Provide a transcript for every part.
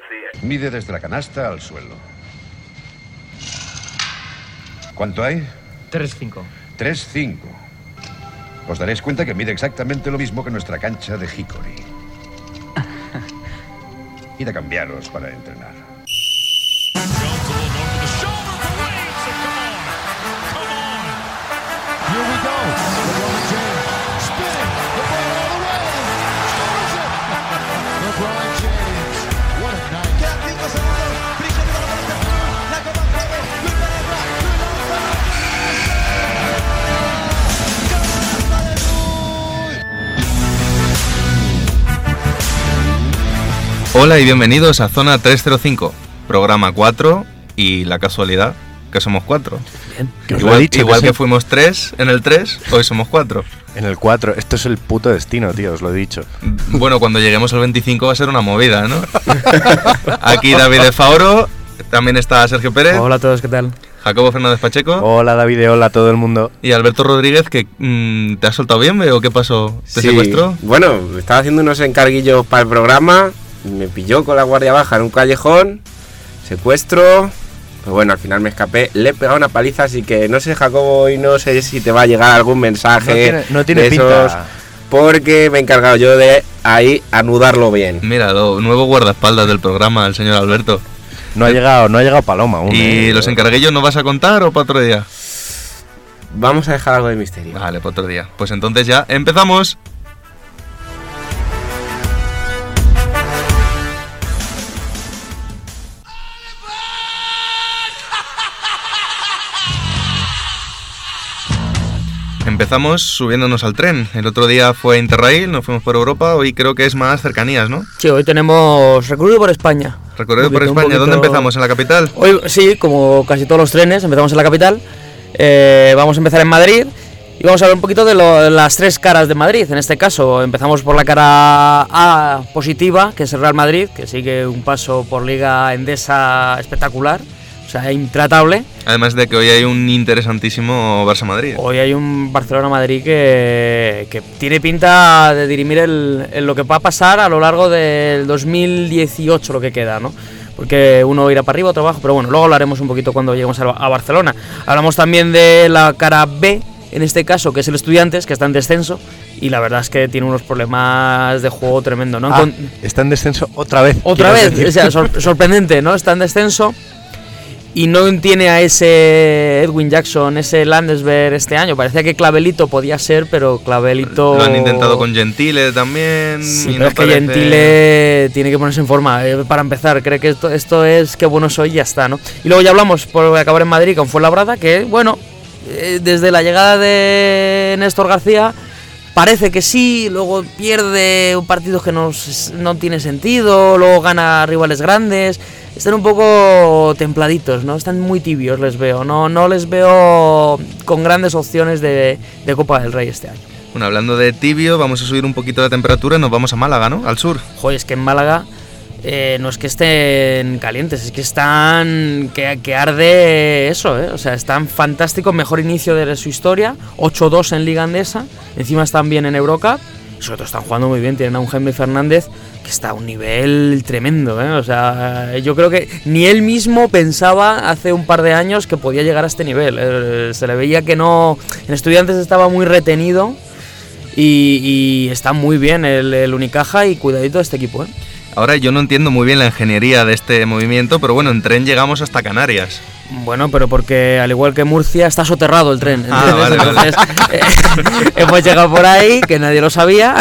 Mide desde la canasta al suelo. ¿Cuánto hay? 3-5. 3-5. Os daréis cuenta que mide exactamente lo mismo que nuestra cancha de Hickory. Id a cambiaros para entrenar. Hola y bienvenidos a Zona 305, programa 4 y la casualidad que somos 4. Bien. Igual que fuimos 3 en el 3, hoy somos 4. En el 4, esto es el puto destino, tío, os lo he dicho. Bueno, cuando lleguemos al 25 va a ser una movida, ¿no? Aquí David de Fauro, también está Sergio Pérez. Hola a todos, ¿qué tal? Jacobo Fernández Pacheco. Hola David, hola a todo el mundo. Y Alberto Rodríguez, que ¿te has soltado bien o qué pasó? ¿Te secuestró? Bueno, estaba haciendo unos encarguillos para el programa, me pilló con la guardia baja en un callejón, secuestro, pues bueno, al final me escapé, le he pegado una paliza, así que no sé, Jacobo, y no sé si te va a llegar algún mensaje. No tiene de esos, pinta. porque me he encargado yo de ahí anudarlo bien. Mira, nuevo guardaespaldas del programa, el señor Alberto. No ha llegado Paloma aún. ¿Y los encarguillos no vas a contar o para otro día? Vamos a dejar algo de misterio. Vale, para otro día. Pues entonces ya empezamos. Empezamos subiéndonos al tren. El otro día fue Interrail, nos fuimos por Europa. Hoy creo que es más cercanías, ¿no? Sí, hoy tenemos recorrido por España. Recorrido por España. ¿Dónde empezamos? ¿En la capital? Hoy sí, como casi todos los trenes, empezamos en la capital. Vamos a empezar en Madrid y vamos a hablar un poquito de las tres caras de Madrid. En este caso empezamos por la cara A positiva, que es el Real Madrid, que sigue un paso por Liga Endesa espectacular. O sea, intratable. Además de que hoy hay un interesantísimo Barça-Madrid. Hoy hay un Barcelona-Madrid que tiene pinta de dirimir lo que va a pasar a lo largo del 2018, lo que queda, ¿no? Porque uno irá para arriba, otro abajo, pero bueno, luego hablaremos un poquito cuando lleguemos a Barcelona. Hablamos también de la cara B, en este caso, que es el Estudiantes, que está en descenso, y la verdad es que tiene unos problemas de juego tremendo, ¿no? Está en descenso otra vez. Otra vez, o sea, sorprendente, ¿no? Está en descenso. Y no tiene a ese Edwin Jackson, ese Landesberg este año. Parecía que Clavelito podía ser, pero Clavelito... Lo han intentado con Gentile también. Sí, pero es que Gentile tiene que ponerse en forma. Para empezar, creo que esto es qué bueno soy y ya está, ¿no? Y luego ya hablamos por acabar en Madrid con Fuenlabrada, que bueno, desde la llegada de Néstor García parece que sí, luego pierde un partido que no tiene sentido, luego gana rivales grandes. Están un poco templaditos, ¿no? Están muy tibios, les veo. No les veo con grandes opciones de Copa del Rey este año. Bueno, hablando de tibio, vamos a subir un poquito la temperatura y nos vamos a Málaga, ¿no? Al sur. Joder, es que en Málaga no es que estén calientes, es que están... que arde eso, ¿eh? O sea, están fantásticos, mejor inicio de su historia, 8-2 en Liga Endesa, encima están bien en Eurocup, y sobre todo están jugando muy bien, tienen a un Jaime Fernández que está a un nivel tremendo, ¿eh? O sea, yo creo que ni él mismo pensaba hace un par de años que podía llegar a este nivel. Se le veía que no... En Estudiantes estaba muy retenido y está muy bien el Unicaja y cuidadito de este equipo, ¿eh? Ahora yo no entiendo muy bien la ingeniería de este movimiento, pero bueno, en tren llegamos hasta Canarias. Bueno, pero porque al igual que Murcia está soterrado el tren. Vale, entonces, hemos llegado por ahí, que nadie lo sabía.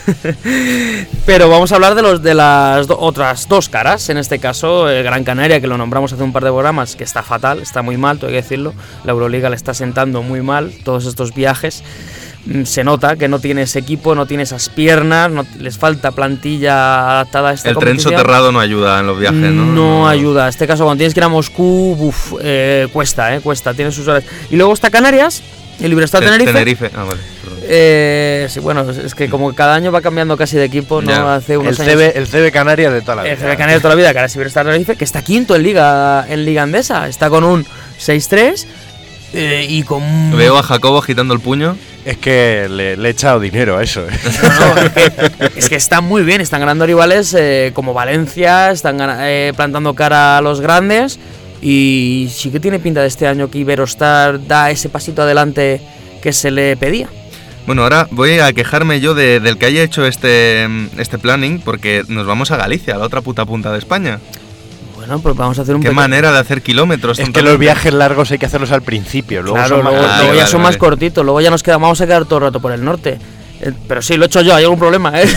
Pero vamos a hablar de las otras dos caras. En este caso, Gran Canaria, que lo nombramos hace un par de programas, que está fatal, está muy mal, tengo que decirlo. La Euroliga le está sentando muy mal todos estos viajes. Se nota que no tiene ese equipo, no tiene esas piernas, les falta plantilla adaptada a esta competición. Tren soterrado no ayuda en los viajes, ¿no? No ayuda. En este caso, cuando tienes que ir a Moscú, cuesta, tiene sus horas. Y luego está Canarias, el Libertad Tenerife. Ah, vale, perdón. Sí, bueno, es que como cada año va cambiando casi de equipo, ¿no? Ya. Hace unos años... El CB Canarias de toda la vida. El CB Canarias de toda la vida, que ahora es Libertad Tenerife, que está quinto en Liga Endesa. Está con un 6-3 y con... Veo a Jacobo agitando el puño. Es que le he echado dinero a eso. No, es que están muy bien, están ganando rivales como Valencia, están plantando cara a los grandes y sí que tiene pinta de este año que Iberostar da ese pasito adelante que se le pedía. Bueno, ahora voy a quejarme yo del que haya hecho este planning, porque nos vamos a Galicia, a la otra puta punta de España. Bueno, pues vamos a hacer un Qué manera de hacer kilómetros. Es que los viajes largos hay que hacerlos al principio, luego claro, son más luego cortitos. ya son más cortitos, luego ya vamos a quedar todo el rato por el norte. Pero sí, lo he hecho yo, hay algún problema, ¿eh?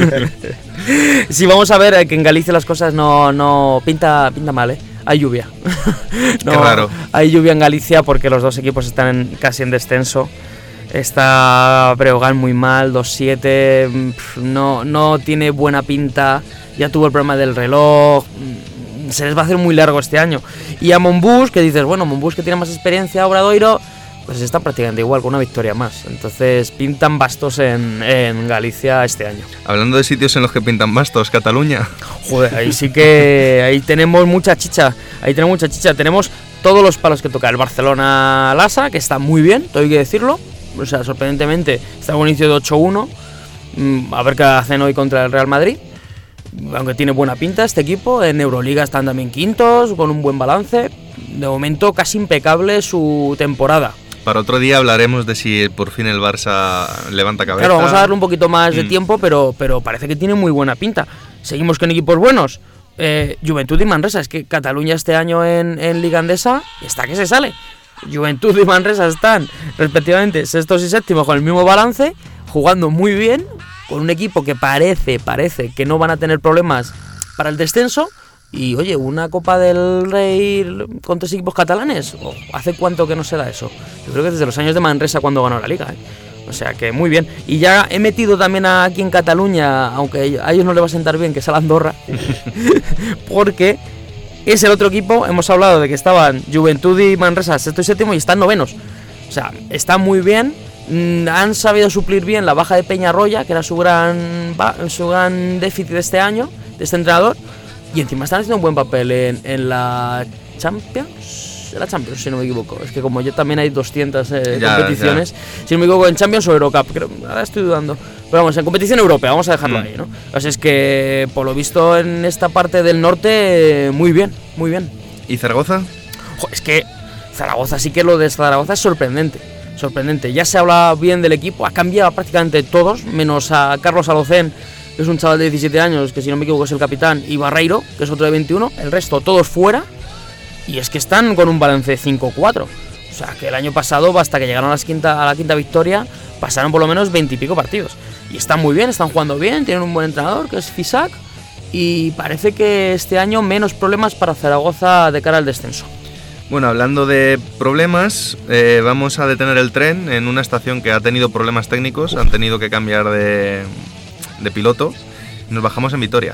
Sí, vamos a ver que en Galicia las cosas no pinta mal, ¿eh? Hay lluvia. Qué raro. Hay lluvia en Galicia porque los dos equipos están casi en descenso. Está Breogán muy mal, 2-7, no tiene buena pinta, ya tuvo el problema del reloj, se les va a hacer muy largo este año. Y a Monbus, que dices, bueno, Monbus que tiene más experiencia, Obradoiro, pues está prácticamente igual, con una victoria más. Entonces pintan bastos en Galicia este año. Hablando de sitios en los que pintan bastos, Cataluña. Joder, ahí sí que ahí tenemos mucha chicha, tenemos todos los palos que toca. El Barcelona-Lasa, que está muy bien, tengo que decirlo. O sea, sorprendentemente, está con un inicio de 8-1. A ver qué hacen hoy contra el Real Madrid. Aunque tiene buena pinta este equipo. En Euroliga están también quintos, con un buen balance. De momento casi impecable su temporada. Para otro día hablaremos de si por fin el Barça levanta cabeza. Claro, vamos a darle un poquito más de tiempo, pero parece que tiene muy buena pinta. Seguimos con equipos buenos. Juventud y Manresa. Es que Cataluña este año en Liga Endesa está que se sale. Juventud y Manresa están respectivamente sextos y séptimos con el mismo balance, jugando muy bien, con un equipo que parece que no van a tener problemas para el descenso. Y oye, una Copa del Rey con 3 equipos catalanes, ¿hace cuánto que no se da eso? Yo creo que desde los años de Manresa cuando ganó la Liga, ¿eh? O sea que muy bien. Y ya he metido también aquí en Cataluña, aunque a ellos no les va a sentar bien, que es a Andorra, porque es el otro equipo. Hemos hablado de que estaban Juventud y Manresa sexto y séptimo y están novenos. O sea, está muy bien. Han sabido suplir bien la baja de Peñarroya, que era su gran déficit de este año, de este entrenador. Y encima están haciendo un buen papel en la Champions. En la Champions, si no me equivoco. Es que como yo también hay 200 competiciones. Ya. Si no me equivoco, en Champions o Eurocup. Ahora estoy dudando. Pero vamos, en competición europea, vamos a dejarlo ahí, ¿no? Así es que, por lo visto, en esta parte del norte, muy bien, muy bien. ¿Y Zaragoza? Es que Zaragoza, sí que lo de Zaragoza es sorprendente. Ya se habla bien del equipo, ha cambiado prácticamente todos, menos a Carlos Alocén, que es un chaval de 17 años, que si no me equivoco es el capitán, y Barreiro, que es otro de 21, el resto todos fuera, y es que están con un balance 5-4. O sea, que el año pasado, hasta que llegaron a la quinta victoria, pasaron por lo menos 20 y pico partidos. Y están muy bien, están jugando bien, tienen un buen entrenador, que es Fisac, y parece que este año menos problemas para Zaragoza de cara al descenso. Bueno, hablando de problemas, vamos a detener el tren en una estación que ha tenido problemas técnicos, han tenido que cambiar de piloto, y nos bajamos en Vitoria.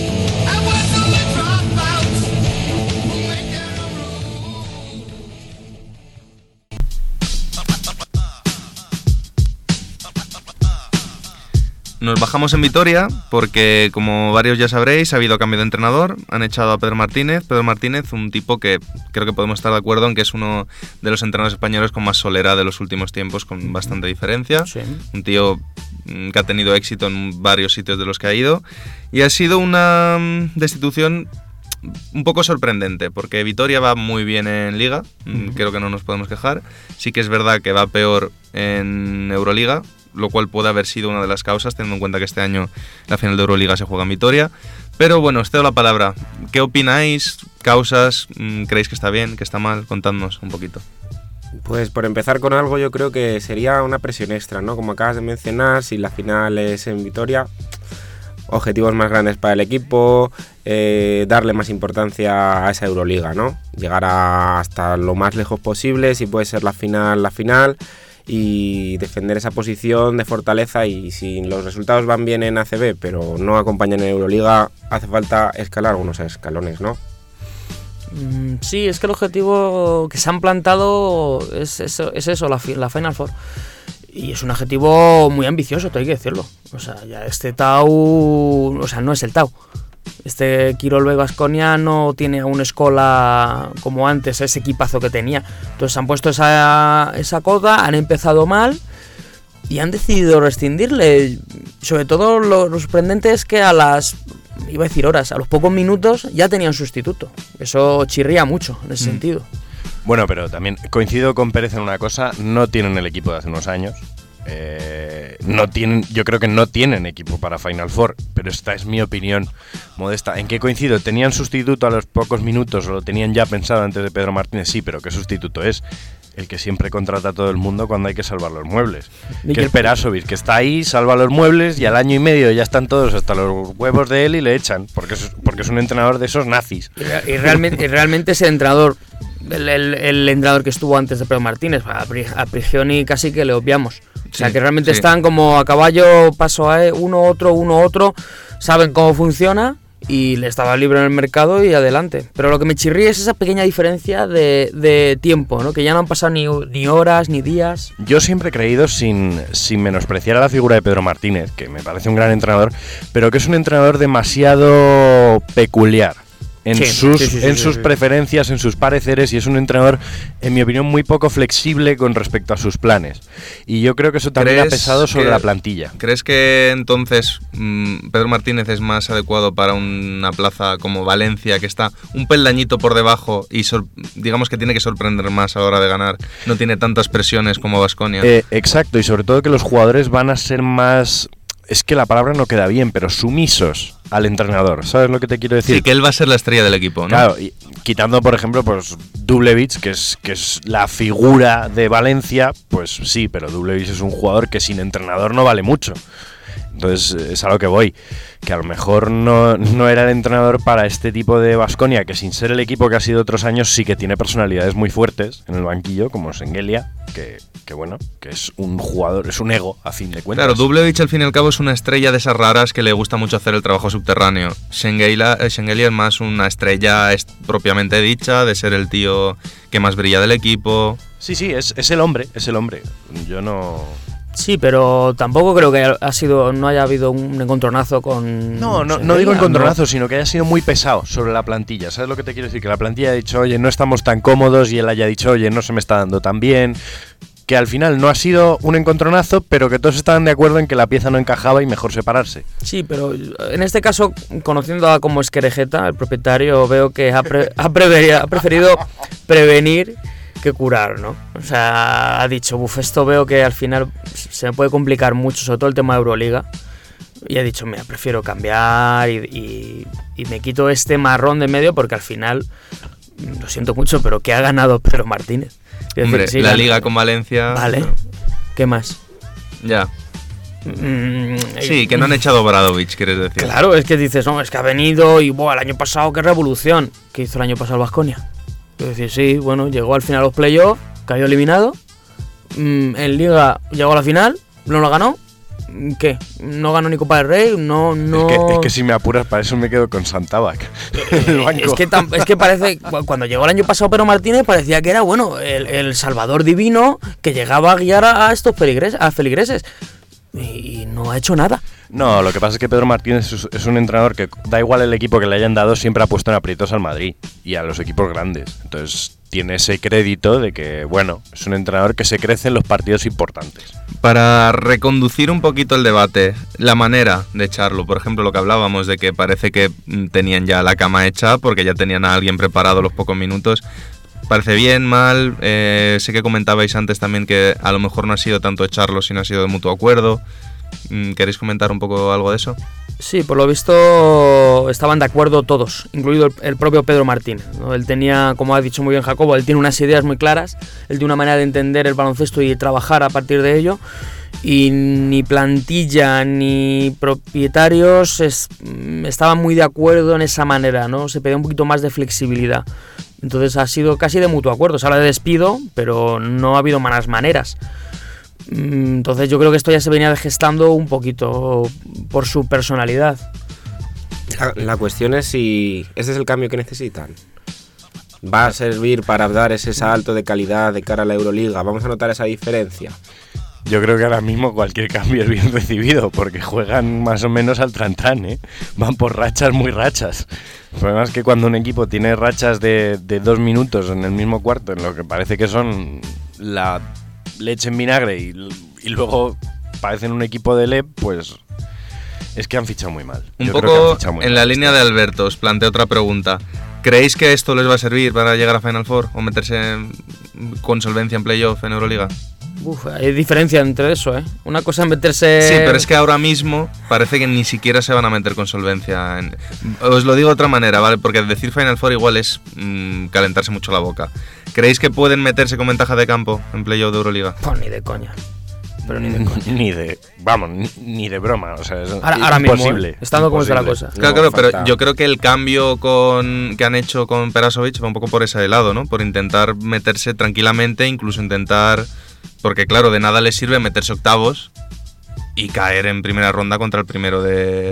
Nos bajamos en Vitoria porque, como varios ya sabréis, ha habido cambio de entrenador. Han echado a Pedro Martínez. Pedro Martínez, un tipo que creo que podemos estar de acuerdo en que es uno de los entrenadores españoles con más solera de los últimos tiempos, con bastante diferencia. Sí. Un tío que ha tenido éxito en varios sitios de los que ha ido. Y ha sido una destitución un poco sorprendente, porque Vitoria va muy bien en Liga. Creo que no nos podemos quejar. Sí que es verdad que va peor en Euroliga, lo cual puede haber sido una de las causas, teniendo en cuenta que este año la final de Euroliga se juega en Vitoria. Pero bueno, os cedo la palabra. ¿Qué opináis? ¿Causas? ¿Creéis que está bien? ¿Que está mal? Contadnos un poquito. Pues por empezar con algo, yo creo que sería una presión extra, ¿no? Como acabas de mencionar, si la final es en Vitoria, objetivos más grandes para el equipo, darle más importancia a esa Euroliga, ¿no? Llegar hasta lo más lejos posible, si puede ser la final, y defender esa posición de fortaleza. Y si los resultados van bien en ACB pero no acompañan en Euroliga, hace falta escalar algunos escalones, ¿no? Sí, es que el objetivo que se han plantado es eso, la Final Four. Y es un objetivo muy ambicioso, hay que decirlo. O sea, ya este Tau, o sea, no es el Tau. Este Quirolbe Baskonia no tiene aún escola como antes, ese equipazo que tenía. Entonces han puesto esa coda, han empezado mal, y han decidido rescindirle. Sobre todo lo sorprendente es que a los pocos minutos ya tenían sustituto. Eso chirría mucho en ese sentido. Bueno, pero también coincido con Pérez en una cosa, no tienen el equipo de hace unos años. Yo creo que no tienen equipo para Final Four, pero esta es mi opinión modesta. ¿En qué coincido? ¿Tenían sustituto a los pocos minutos o lo tenían ya pensado antes de Pedro Martínez? Sí, pero ¿qué sustituto es? El que siempre contrata a todo el mundo cuando hay que salvar los muebles. Que es Perasovic, que está ahí, salva los muebles y al año y medio ya están todos hasta los huevos de él y le echan, porque es un entrenador de esos nazis. Y realmente ese entrenador, el entrenador que estuvo antes de Pedro Martínez, a Prigioni casi que le obviamos. O sea, que realmente están como a caballo, paso a uno, otro, saben cómo funciona y le estaba libre en el mercado y adelante. Pero lo que me chirría es esa pequeña diferencia de tiempo, ¿no? Que ya no han pasado ni horas ni días. Yo siempre he creído, sin menospreciar a la figura de Pedro Martínez, que me parece un gran entrenador, pero que es un entrenador demasiado peculiar en sus preferencias, en sus pareceres, y es un entrenador, en mi opinión, muy poco flexible con respecto a sus planes. Y yo creo que eso también ha pesado sobre la plantilla. ¿Crees que entonces Pedro Martínez es más adecuado para una plaza como Valencia, que está un peldañito por debajo y digamos que tiene que sorprender más a la hora de ganar? No tiene tantas presiones como Baskonia. Exacto, y sobre todo que los jugadores van a ser más... Es que la palabra no queda bien, pero sumisos al entrenador. ¿Sabes lo que te quiero decir? Sí, que él va a ser la estrella del equipo, ¿no? Claro, y quitando, por ejemplo, pues Dubljevic, que es la figura de Valencia, pues sí, pero Dubljevic es un jugador que sin entrenador no vale mucho. Entonces es a lo que voy, que a lo mejor no era el entrenador para este tipo de Baskonia, que sin ser el equipo que ha sido otros años sí que tiene personalidades muy fuertes en el banquillo, como Šengelia, que es un jugador, es un ego a fin de cuentas. Claro, Dubljevic al fin y al cabo es una estrella de esas raras que le gusta mucho hacer el trabajo subterráneo. Šengelia es más una estrella propiamente dicha, de ser el tío que más brilla del equipo. Sí, es el hombre, yo no... Sí, pero tampoco creo que no haya habido un encontronazo con... No digo encontronazo, sino que haya sido muy pesado sobre la plantilla. ¿Sabes lo que te quiero decir? Que la plantilla ha dicho, oye, no estamos tan cómodos, y él haya dicho, oye, no se me está dando tan bien. Que al final no ha sido un encontronazo, pero que todos estaban de acuerdo en que la pieza no encajaba y mejor separarse. Sí, pero en este caso, conociendo a como es Querejeta, el propietario, veo que ha preferido prevenir que curar, ¿no? O sea, ha dicho, esto veo que al final se me puede complicar mucho, sobre todo el tema de Euroliga. Y ha dicho, mira, prefiero cambiar y me quito este marrón de medio, porque al final, lo siento mucho, pero que ha ganado Pedro Martínez. Es decir, sí, la liga con Valencia... Vale, no. ¿Qué más? Ya. Sí, que no han echado a Obradovic, quieres decir. Claro, es que dices, no, es que ha venido y el año pasado, qué revolución. ¿Qué hizo el año pasado el Baskonia? Es decir, sí, bueno, llegó al final a los playoffs, cayó eliminado. En Liga llegó a la final, no lo ganó. ¿Qué? ¿No ganó ni Copa del Rey? No. Es que si me apuras, para eso me quedo con Santabac. Es que parece, cuando llegó el año pasado Pedro Martínez, parecía que era, bueno, el salvador divino que llegaba a guiar a estos feligreses. Y no ha hecho nada. No, lo que pasa es que Pedro Martínez es un entrenador que, da igual el equipo que le hayan dado, siempre ha puesto en aprietos al Madrid y a los equipos grandes. Entonces tiene ese crédito de que, bueno, es un entrenador que se crece en los partidos importantes. Para reconducir un poquito el debate, la manera de echarlo, por ejemplo, lo que hablábamos de que parece que tenían ya la cama hecha porque ya tenían a alguien preparado los pocos minutos. ¿Parece bien, mal? Sé que comentabais antes también que a lo mejor no ha sido tanto echarlo, sino ha sido de mutuo acuerdo. ¿Queréis comentar un poco algo de eso? Sí, por lo visto estaban de acuerdo todos, incluido el propio Pedro Martínez, ¿no? Él tenía, como ha dicho muy bien Jacobo, él tiene unas ideas muy claras, él tiene una manera de entender el baloncesto y trabajar a partir de ello, y ni plantilla ni propietarios estaban muy de acuerdo en esa manera, ¿no? Se pedía un poquito más de flexibilidad. Entonces ha sido casi de mutuo acuerdo. Se habla de despido, pero no ha habido malas maneras. Entonces yo creo que esto ya se venía gestando un poquito por su personalidad. La cuestión es si ese es el cambio que necesitan. ¿Va a servir para dar ese salto de calidad de cara a la Euroliga? ¿Vamos a notar esa diferencia? Yo creo que ahora mismo cualquier cambio es bien recibido, porque juegan más o menos al trantán, ¿eh? Van por rachas muy rachas. El problema es que cuando un equipo tiene rachas de 2 minutos en el mismo cuarto, en lo que parece que son la leche en vinagre y luego parecen un equipo de LEP, pues es que han fichado muy mal. Un Yo creo que poco han fichado muy en mal. la línea de Alberto, os planteo otra pregunta. ¿Creéis que esto les va a servir para llegar a Final Four o meterse con solvencia en playoff en Euroliga? Uf, hay diferencia entre eso, ¿eh? Una cosa es meterse... Sí, pero es que ahora mismo parece que ni siquiera se van a meter con solvencia. Os lo digo de otra manera, ¿vale? Porque decir Final Four igual es calentarse mucho la boca. ¿Creéis que pueden meterse con ventaja de campo en playoff de Euroliga? Pues ni de coña. Pero ni de coña. Ni de broma, o sea, es Ahora imposible. Mismo, estando como está la imposible. cosa. Claro, No, pero falta. yo creo que el cambio que han hecho con Perasovic va un poco por ese lado, ¿no? Por intentar meterse tranquilamente, incluso intentar... Porque claro, de nada les sirve meterse octavos y caer en primera ronda contra el primero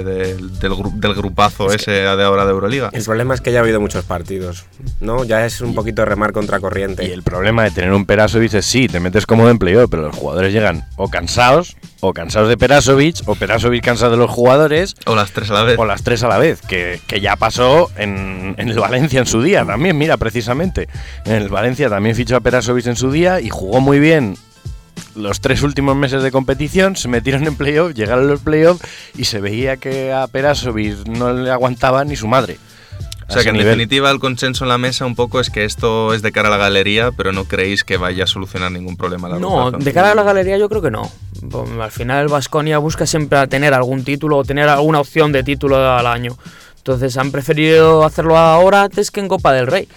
del grupazo ese de ahora de Euroliga. El problema es que ya ha habido muchos partidos, ¿no? Ya es un poquito remar contra corriente. Y el problema de tener un Perasovic es sí, te metes cómodo en playoff, pero los jugadores llegan o cansados de Perasovic, o Perasovic cansado de los jugadores, O las tres a la vez. o las tres a la vez, que ya pasó en el Valencia en su día también, mira, precisamente. En el Valencia también fichó a Perasovic en su día y jugó muy bien los 3 últimos meses de competición, se metieron en playoff, llegaron los playoffs y se veía que a Perasovic no le aguantaba ni su madre. O sea que en definitiva el consenso en la mesa un poco es que esto es de cara a la galería, pero no creéis que vaya a solucionar ningún problema a largo No, plazo. de cara a la galería yo creo que no. Al final el Baskonia busca siempre tener algún título o tener alguna opción de título al año. Entonces han preferido hacerlo ahora antes que en Copa del Rey.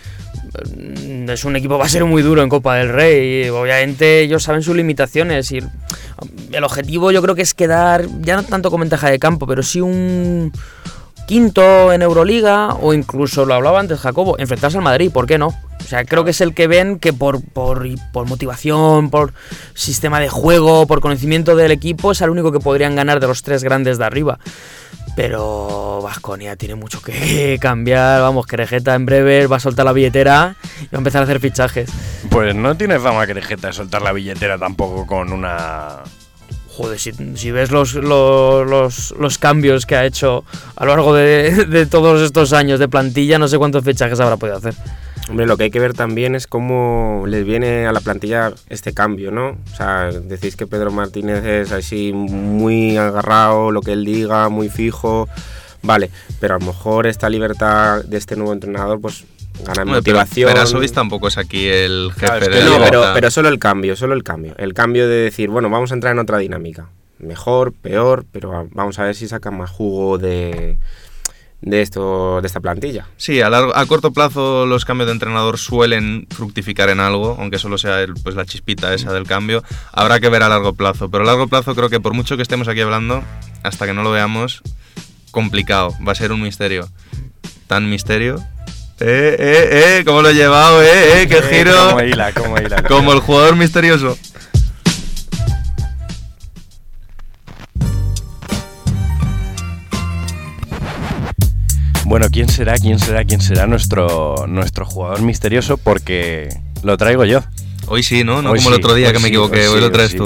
Es un equipo que va a ser muy duro en Copa del Rey y obviamente ellos saben sus limitaciones y el objetivo yo creo que es quedar ya no tanto con ventaja de campo, pero sí un quinto en Euroliga o incluso, lo hablaba antes Jacobo, enfrentarse al Madrid, ¿por qué no? O sea, creo que es el que ven que por motivación, por sistema de juego, por conocimiento del equipo es el único que podrían ganar de los 3 grandes de arriba. Pero Baskonia tiene mucho que cambiar, vamos, Querejeta en breve va a soltar la billetera y va a empezar a hacer fichajes. Pues no tiene fama Querejeta de soltar la billetera tampoco con una... Joder, si ves los cambios que ha hecho a lo largo de todos estos años de plantilla, no sé cuántos fichajes habrá podido hacer. Hombre, lo que hay que ver también es cómo les viene a la plantilla este cambio, ¿no? O sea, decís que Pedro Martínez es así muy agarrado, lo que él diga, muy fijo, vale, pero a lo mejor esta libertad de este nuevo entrenador, pues gana en motivación. Pero Perasovic tampoco es aquí el jefe Claro, es que de No, libertad. pero solo el cambio. El cambio de decir, bueno, vamos a entrar en otra dinámica. Mejor, peor, pero vamos a ver si sacan más jugo de esta plantilla. Sí, a corto plazo los cambios de entrenador suelen fructificar en algo, aunque solo sea pues la chispita esa del cambio. Habrá que ver a largo plazo, pero a largo plazo creo que por mucho que estemos aquí hablando, hasta que no lo veamos, complicado, va a ser un misterio. ¿Tan misterio? ¿Cómo lo he llevado? ¡Qué giro! Como hila. Como el jugador misterioso. Bueno, ¿quién será nuestro jugador misterioso? Porque lo traigo yo. Hoy sí, ¿no? No Hoy como el sí, otro día hoy que me sí, equivoqué, hoy lo traes sí. tú.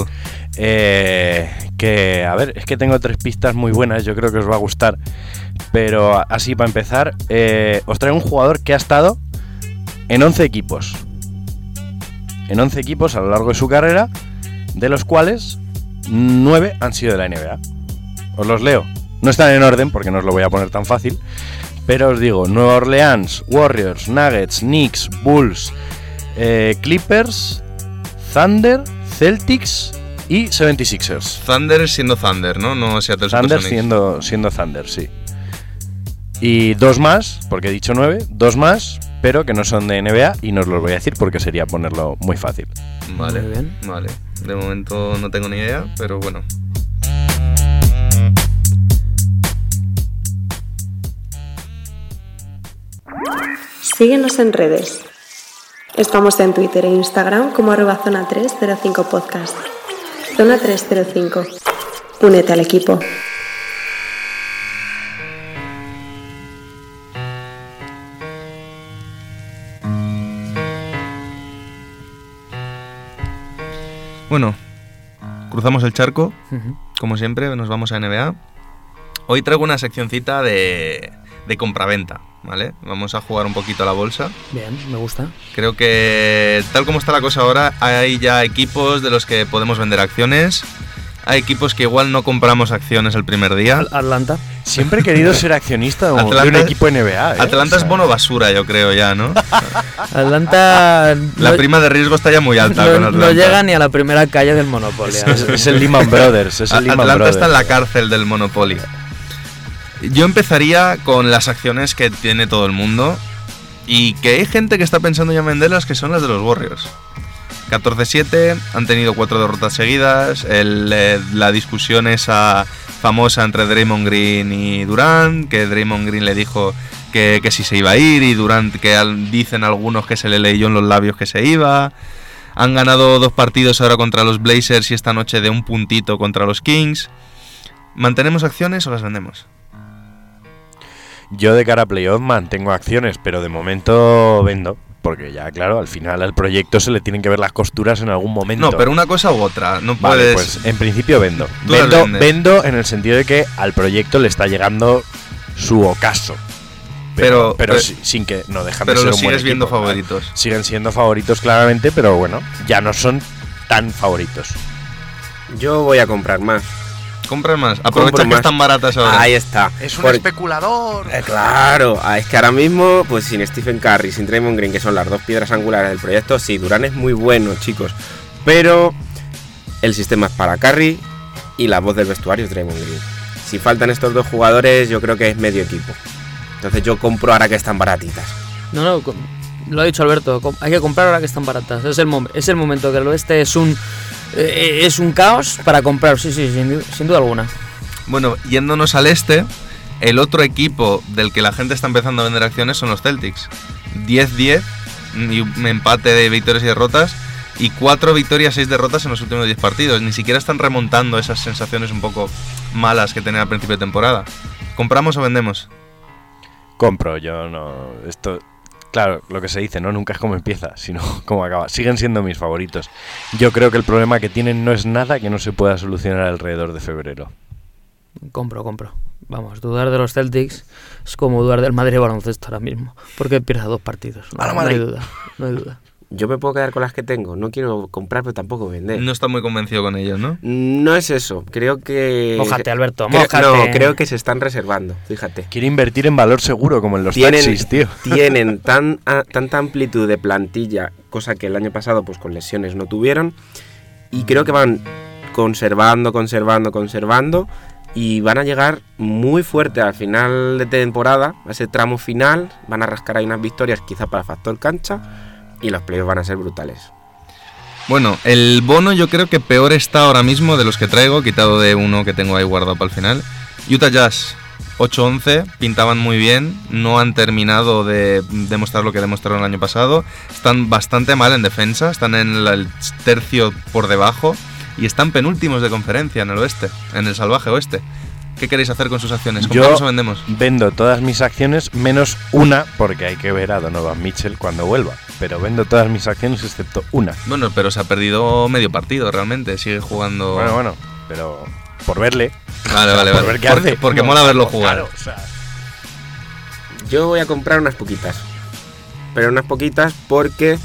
A ver, es que tengo 3 pistas muy buenas, yo creo que os va a gustar. Pero así, para empezar, os traigo un jugador que ha estado en 11 equipos. En 11 equipos a lo largo de su carrera, de los cuales 9 han sido de la NBA. Os los leo. No están en orden porque no os lo voy a poner tan fácil. Pero os digo, Nueva Orleans, Warriors, Nuggets, Knicks, Bulls, Clippers, Thunder, Celtics y 76ers. Thunder siendo Thunder, ¿no? No Seattle Thunder Supersonics. siendo Thunder, sí. Y 2 más, porque he dicho 9, 2 más, pero que no son de NBA y no os los voy a decir porque sería ponerlo muy fácil. Vale, Muy bien. vale. De momento no tengo ni idea, pero bueno. Síguenos en redes. Estamos en Twitter e Instagram como @zona305podcast. Zona 305. Únete al equipo. Bueno, cruzamos el charco, como siempre, nos vamos a NBA. Hoy traigo una seccioncita de compraventa, ¿vale? Vamos a jugar un poquito a la bolsa. Bien, me gusta. Creo que tal como está la cosa ahora, hay ya equipos de los que podemos vender acciones. hay equipos que igual no compramos acciones el primer día. Atlanta. Siempre he querido ser accionista de un Atlanta- equipo NBA. Atlanta es bono basura, yo creo ya, ¿no? Atlanta. La prima de riesgo está ya muy alta con no Atlanta. llega ni a la primera calle del Monopoly. Es el Lehman Brothers. Es el Lehman Atlanta Brothers. está en la cárcel del Monopoly. Yo empezaría con las acciones que tiene todo el mundo y que hay gente que está pensando ya en venderlas, que son las de los Warriors. 14-7, han tenido 4 derrotas seguidas, la discusión esa famosa entre Draymond Green y Durant, que Draymond Green le dijo que si se iba a ir y Durant dicen algunos que se le leyó en los labios que se iba. Han ganado 2 partidos ahora contra los Blazers y esta noche de un puntito contra los Kings. ¿Mantenemos acciones o las vendemos? Yo de cara a playoff mantengo acciones, pero de momento vendo. Porque ya, claro, al final al proyecto se le tienen que ver las costuras en algún momento. No, pero una cosa u otra. No Vale, puedes... pues en principio vendo. Tú las vendes. Vendo en el sentido de que al proyecto le está llegando su ocaso. Pero sin que no dejan de Pero ser los un buen sigues viendo equipo, ¿vale? favoritos. Siguen siendo favoritos claramente, pero bueno, ya no son tan favoritos. Yo voy a comprar más. Compra más. Aprovecha Compro que más. están baratas ahora. Ahí está. Es un Por- especulador. Claro, es que ahora mismo, pues sin Stephen Curry, sin Draymond Green, que son las 2 piedras angulares del proyecto, sí, Durant es muy bueno, chicos. Pero el sistema es para Curry y la voz del vestuario es Draymond Green. Si faltan estos 2 jugadores, yo creo que es medio equipo. Entonces yo compro ahora que están baratitas. No, lo ha dicho Alberto, hay que comprar ahora que están baratas. Es el momento que el oeste es un caos para comprar, sí, sin duda alguna. Bueno, yéndonos al este, el otro equipo del que la gente está empezando a vender acciones son los Celtics. 10-10 y un empate de victorias y derrotas y 4 victorias, 6 derrotas en los últimos 10 partidos. Ni siquiera están remontando esas sensaciones un poco malas que tenían al principio de temporada. ¿Compramos o vendemos? Compro, yo no. Esto. Claro, lo que se dice, ¿no? Nunca es como empieza, sino como acaba. Siguen siendo mis favoritos. Yo creo que el problema que tienen no es nada que no se pueda solucionar alrededor de febrero. Compro. Vamos, dudar de los Celtics es como dudar del Madrid baloncesto ahora mismo, porque pierdes 2 partidos. No hay duda. Yo me puedo quedar con las que tengo. No quiero comprar, pero tampoco vender. No está muy convencido con ellos, ¿no? No es eso. Creo que... Mójate, Alberto, Creo- mójate. No, creo que se están reservando, fíjate. Quiere invertir en valor seguro, como en los taxis, tío. Tienen tanta amplitud de plantilla, cosa que el año pasado pues con lesiones no tuvieron, y creo que van conservando y van a llegar muy fuerte al final de temporada, a ese tramo final, van a rascar ahí unas victorias quizá para factor cancha y los playoffs van a ser brutales. Bueno, el bono yo creo que peor está ahora mismo de los que traigo, quitado de uno que tengo ahí guardado para el final. Utah Jazz 8-11, pintaban muy bien, no han terminado de demostrar lo que demostraron el año pasado, están bastante mal en defensa, están en el tercio por debajo y están penúltimos de conferencia en el oeste, en el salvaje oeste. ¿Qué queréis hacer con sus acciones? ¿Compramos o vendemos? Vendo todas mis acciones menos una, porque hay que ver a Donovan Mitchell cuando vuelva. Pero vendo todas mis acciones excepto una. Bueno, pero se ha perdido medio partido realmente, sigue jugando... Bueno, pero por verle. Vale. Por ver qué porque hace. porque No, mola verlo jugar. Claro, o sea, Yo voy a comprar unas poquitas, pero unas poquitas porque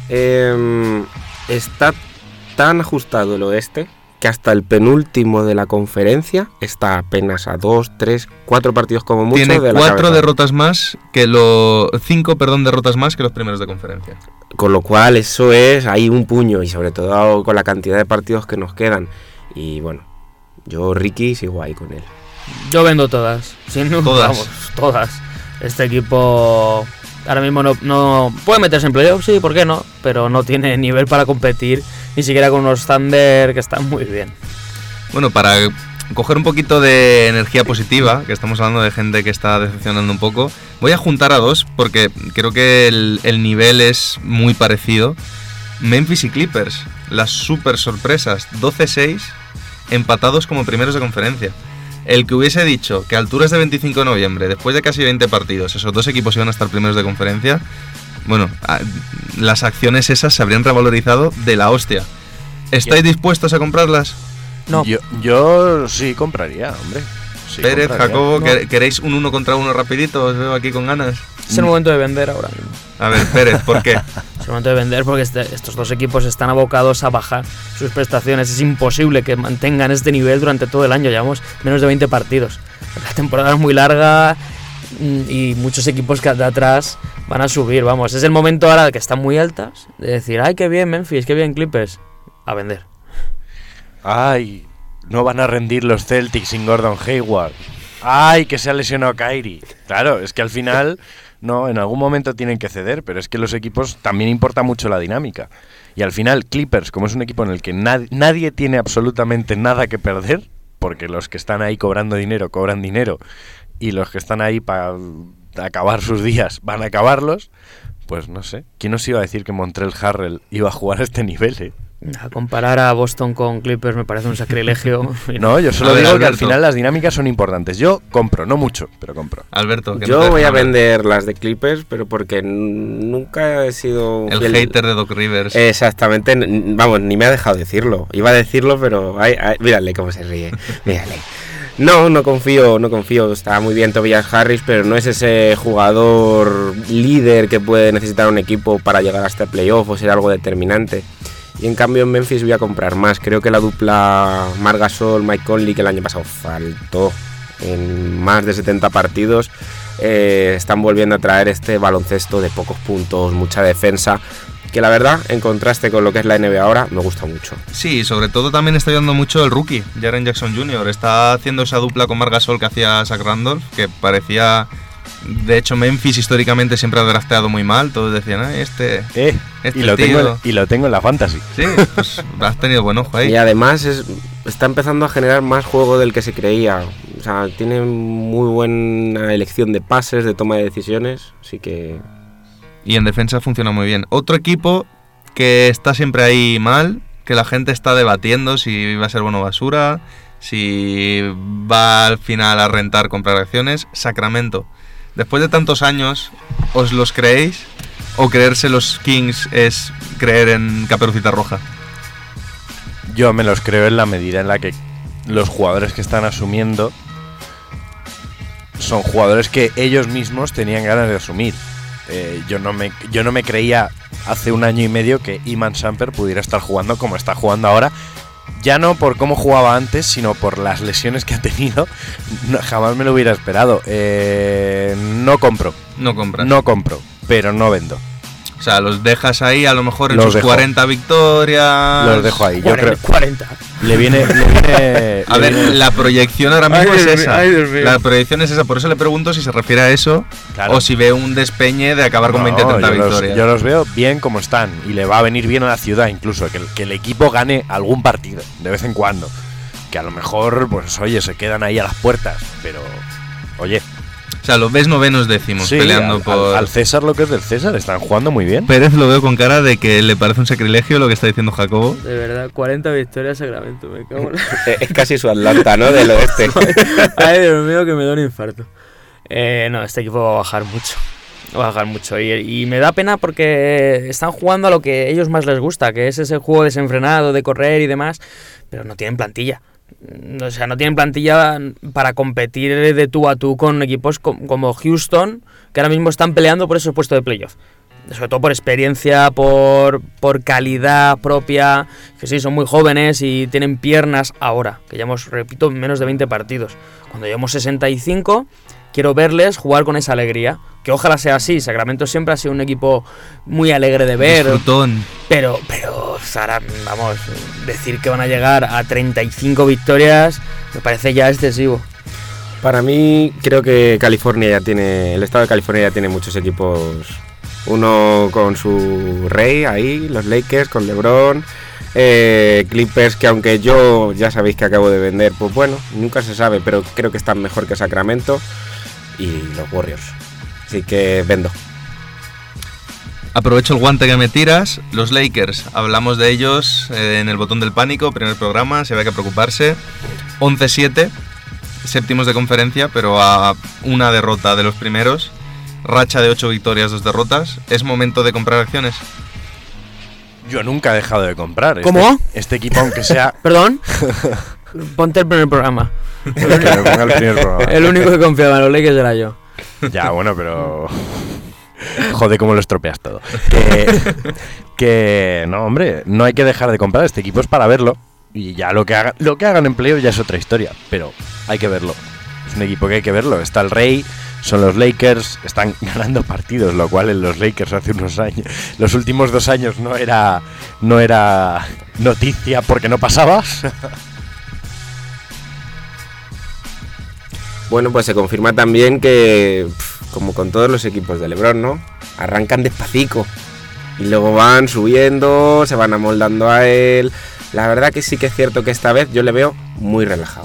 está tan ajustado el oeste que hasta el penúltimo de la conferencia está apenas a 2, 3, 4 partidos como mucho Tiene de la 4 cabeza. derrotas más que 5 derrotas más que los primeros de conferencia. Con lo cual eso es ahí un puño y sobre todo con la cantidad de partidos que nos quedan. Y bueno, yo Ricky sigo ahí con él. Yo vendo todas. Todas. Este equipo ahora mismo no puede meterse en playoffs, sí, ¿por qué no? Pero no tiene nivel para competir, ni siquiera con unos Thunder que están muy bien. Bueno, para coger un poquito de energía positiva, que estamos hablando de gente que está decepcionando un poco, voy a juntar a 2 porque creo que el nivel es muy parecido. Memphis y Clippers, las super sorpresas, 12-6, empatados como primeros de conferencia. El que hubiese dicho que a alturas de 25 de noviembre, después de casi 20 partidos, esos 2 equipos iban a estar primeros de conferencia, bueno, las acciones esas se habrían revalorizado de la hostia. ¿Estáis dispuestos a comprarlas? No. Yo sí compraría, hombre. Sí, Pérez, compraría. Jacobo, No. ¿queréis un 1 contra 1 rapidito? Os veo aquí con ganas. Es el momento de vender ahora mismo. A ver, Pérez, ¿por qué? Es el momento de vender porque estos dos equipos están abocados a bajar sus prestaciones. Es imposible que mantengan este nivel durante todo el año. Llevamos menos de 20 partidos. La temporada es muy larga y muchos equipos que de atrás van a subir. Vamos, es el momento ahora que están muy altas de decir, ay, qué bien Memphis, qué bien Clippers. A vender. Ay, no van a rendir los Celtics sin Gordon Hayward. Ay, que se ha lesionado Kyrie. Claro, es que al final, no, en algún momento tienen que ceder, pero es que los equipos también importa mucho la dinámica. Y al final, Clippers, como es un equipo en el que nadie tiene absolutamente nada que perder, porque los que están ahí cobrando dinero, cobran dinero, y los que están ahí para acabar sus días van a acabarlos, pues no sé. ¿Quién nos iba a decir que Montrezl Harrell iba a jugar a este nivel, A comparar a Boston con Clippers me parece un sacrilegio. No, yo solo A ver, digo que al Alberto. final las dinámicas son importantes. Yo compro, no mucho, pero compro. Alberto, que no Yo te voy a dejan ver. vender las de Clippers, pero porque nunca he sido El fiel- hater de Doc Rivers. Exactamente, vamos, ni me ha dejado decirlo. Iba a decirlo, pero mírale cómo se ríe. Mírale. No confío. Está muy bien Tobias Harris, pero no es ese jugador líder que puede necesitar un equipo para llegar hasta el playoff o ser algo determinante. Y en cambio en Memphis voy a comprar más. Creo que la dupla Marc Gasol, Mike Conley, que el año pasado faltó en más de 70 partidos, están volviendo a traer este baloncesto de pocos puntos, mucha defensa, que la verdad, en contraste con lo que es la NBA ahora, me gusta mucho. Sí, sobre todo también está ayudando mucho el rookie, Jaren Jackson Jr. Está haciendo esa dupla con Marc Gasol que hacía Zach Randolph, que parecía... De hecho, Memphis históricamente siempre ha drafteado muy mal. Todos decían, este y lo tengo en la fantasy. Sí, pues has tenido buen ojo ahí. Y además está empezando a generar más juego del que se creía. O sea, tiene muy buena elección de pases, de toma de decisiones, así que... Y en defensa funciona muy bien. Otro equipo que está siempre ahí mal, que la gente está debatiendo si va a ser bueno o basura, si va al final a rentar comprar acciones, Sacramento. Después de tantos años, ¿os los creéis? ¿O creerse los Kings es creer en Caperucita Roja? Yo me los creo en la medida en la que los jugadores que están asumiendo son jugadores que ellos mismos tenían ganas de asumir. Yo no me creía hace un año y medio que Iman Shumpert pudiera estar jugando como está jugando ahora. Ya no por cómo jugaba antes, sino por las lesiones que ha tenido. Jamás me lo hubiera esperado. No compro. No compras. No compro, pero no vendo. O sea, los dejas ahí a lo mejor en Los sus dejo. 40 victorias. Los dejo ahí. Yo creo 40. le viene A ver, la proyección ahora mismo Ay, es Dios mío, esa. ay, Dios mío. La proyección es esa. Por eso le pregunto si se refiere a eso Claro. o si ve un despeñe de acabar con No, 20-30 victorias. yo los veo bien como están y le va a venir bien a la ciudad incluso que el equipo gane algún partido de vez en cuando, que a lo mejor pues oye se quedan ahí a las puertas, pero oye, O sea, los ves novenos décimos sí, peleando por... al César lo que es del César, están jugando muy bien. Pérez lo veo con cara de que le parece un sacrilegio lo que está diciendo Jacobo. De verdad, 40 victorias Sacramento, me cago en la... Es casi su Atlanta, ¿no? Del oeste. Ay, Dios mío, que me da un infarto. No, este equipo va a bajar mucho. Va a bajar mucho. Y me da pena porque están jugando a lo que a ellos más les gusta, que es ese juego desenfrenado de correr y demás, pero no tienen plantilla. O sea, no tienen plantilla para competir de tú a tú con equipos como Houston, que ahora mismo están peleando por ese puesto de playoff. Sobre todo por experiencia, por calidad propia, que sí, son muy jóvenes y tienen piernas ahora, que llevamos, repito, menos de 20 partidos. Cuando llevamos 65, quiero verles jugar con esa alegría, que ojalá sea así. Sacramento siempre ha sido un equipo muy alegre de ver, Disfrutón. pero ahora, vamos, decir que van a llegar a 35 victorias me parece ya excesivo. Para mí, creo que el estado de California ya tiene muchos equipos. Uno con su rey ahí, los Lakers con LeBron, Clippers, que aunque yo ya sabéis que acabo de vender, pues bueno, nunca se sabe, pero creo que están mejor que Sacramento, y los Warriors. Así que vendo. Aprovecho el guante que me tiras. Los Lakers, hablamos de ellos en el botón del pánico, primer programa, si había que preocuparse. 11-7, séptimos de conferencia, pero a una derrota de los primeros. Racha de 8 victorias, 2 derrotas. ¿Es momento de comprar acciones? Yo nunca he dejado de comprar. ¿Cómo? Este equipo, aunque sea... ¿Perdón? Ponte el primer programa. que me ponga el primer programa. El único que confiaba en los Lakers era yo. Ya, bueno, pero... Joder, cómo lo estropeas todo. Que no, hombre, no hay que dejar de comprar. Este equipo es para verlo. Y ya lo que hagan en playoff ya es otra historia. Pero hay que verlo. Es un equipo que hay que verlo. Está el Rey, son los Lakers, están ganando partidos, lo cual en los Lakers hace unos años, los últimos 2 años no era noticia porque no pasaba. Bueno, pues se confirma también que, como con todos los equipos de LeBron, ¿no? Arrancan despacito y luego van subiendo, se van amoldando a él. La verdad que sí que es cierto que esta vez yo le veo muy relajado.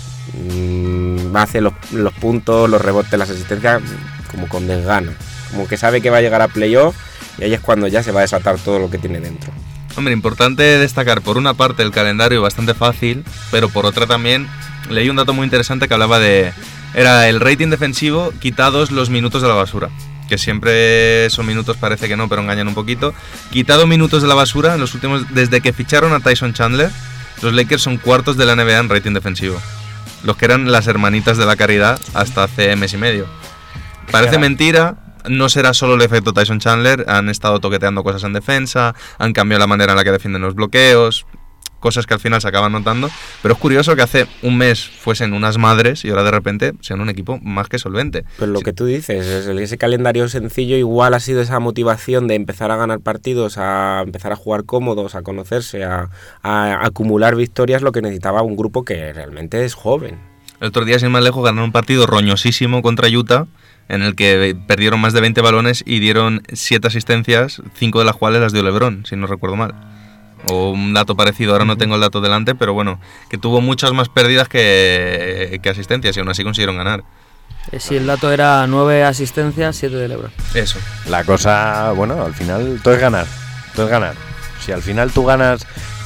Va a hacer los puntos, los rebotes, las asistencias como con desgana. Como que sabe que va a llegar a playoff y ahí es cuando ya se va a desatar todo lo que tiene dentro. Hombre, importante destacar por una parte el calendario bastante fácil, pero por otra también leí un dato muy interesante que hablaba era el rating defensivo quitados los minutos de la basura, que siempre son minutos, parece que no, pero engañan un poquito. Quitado minutos de la basura, en los últimos, desde que ficharon a Tyson Chandler, los Lakers son cuartos de la NBA en rating defensivo. Los que eran las hermanitas de la caridad hasta hace mes y medio. Parece mentira, no será solo el efecto Tyson Chandler, han estado toqueteando cosas en defensa, han cambiado la manera en la que defienden los bloqueos, cosas que al final se acaban notando, pero es curioso que hace un mes fuesen unas madres y ahora de repente sean un equipo más que solvente. Pero lo que tú dices, ese calendario sencillo igual ha sido esa motivación de empezar a ganar partidos, a empezar a jugar cómodos, a conocerse, a acumular victorias, lo que necesitaba un grupo que realmente es joven. El otro día, sin más lejos, ganaron un partido roñosísimo contra Utah, en el que perdieron más de 20 balones y dieron 7 asistencias, 5 de las cuales las dio LeBron, si no recuerdo mal. O un dato parecido, ahora no tengo el dato delante, pero bueno, que tuvo muchas más pérdidas que asistencias y aún así consiguieron ganar. Sí, el dato era 9 asistencias, 7 de LeBron. Eso. La cosa, bueno, al final todo es ganar. Todo es ganar. Si al final tú ganas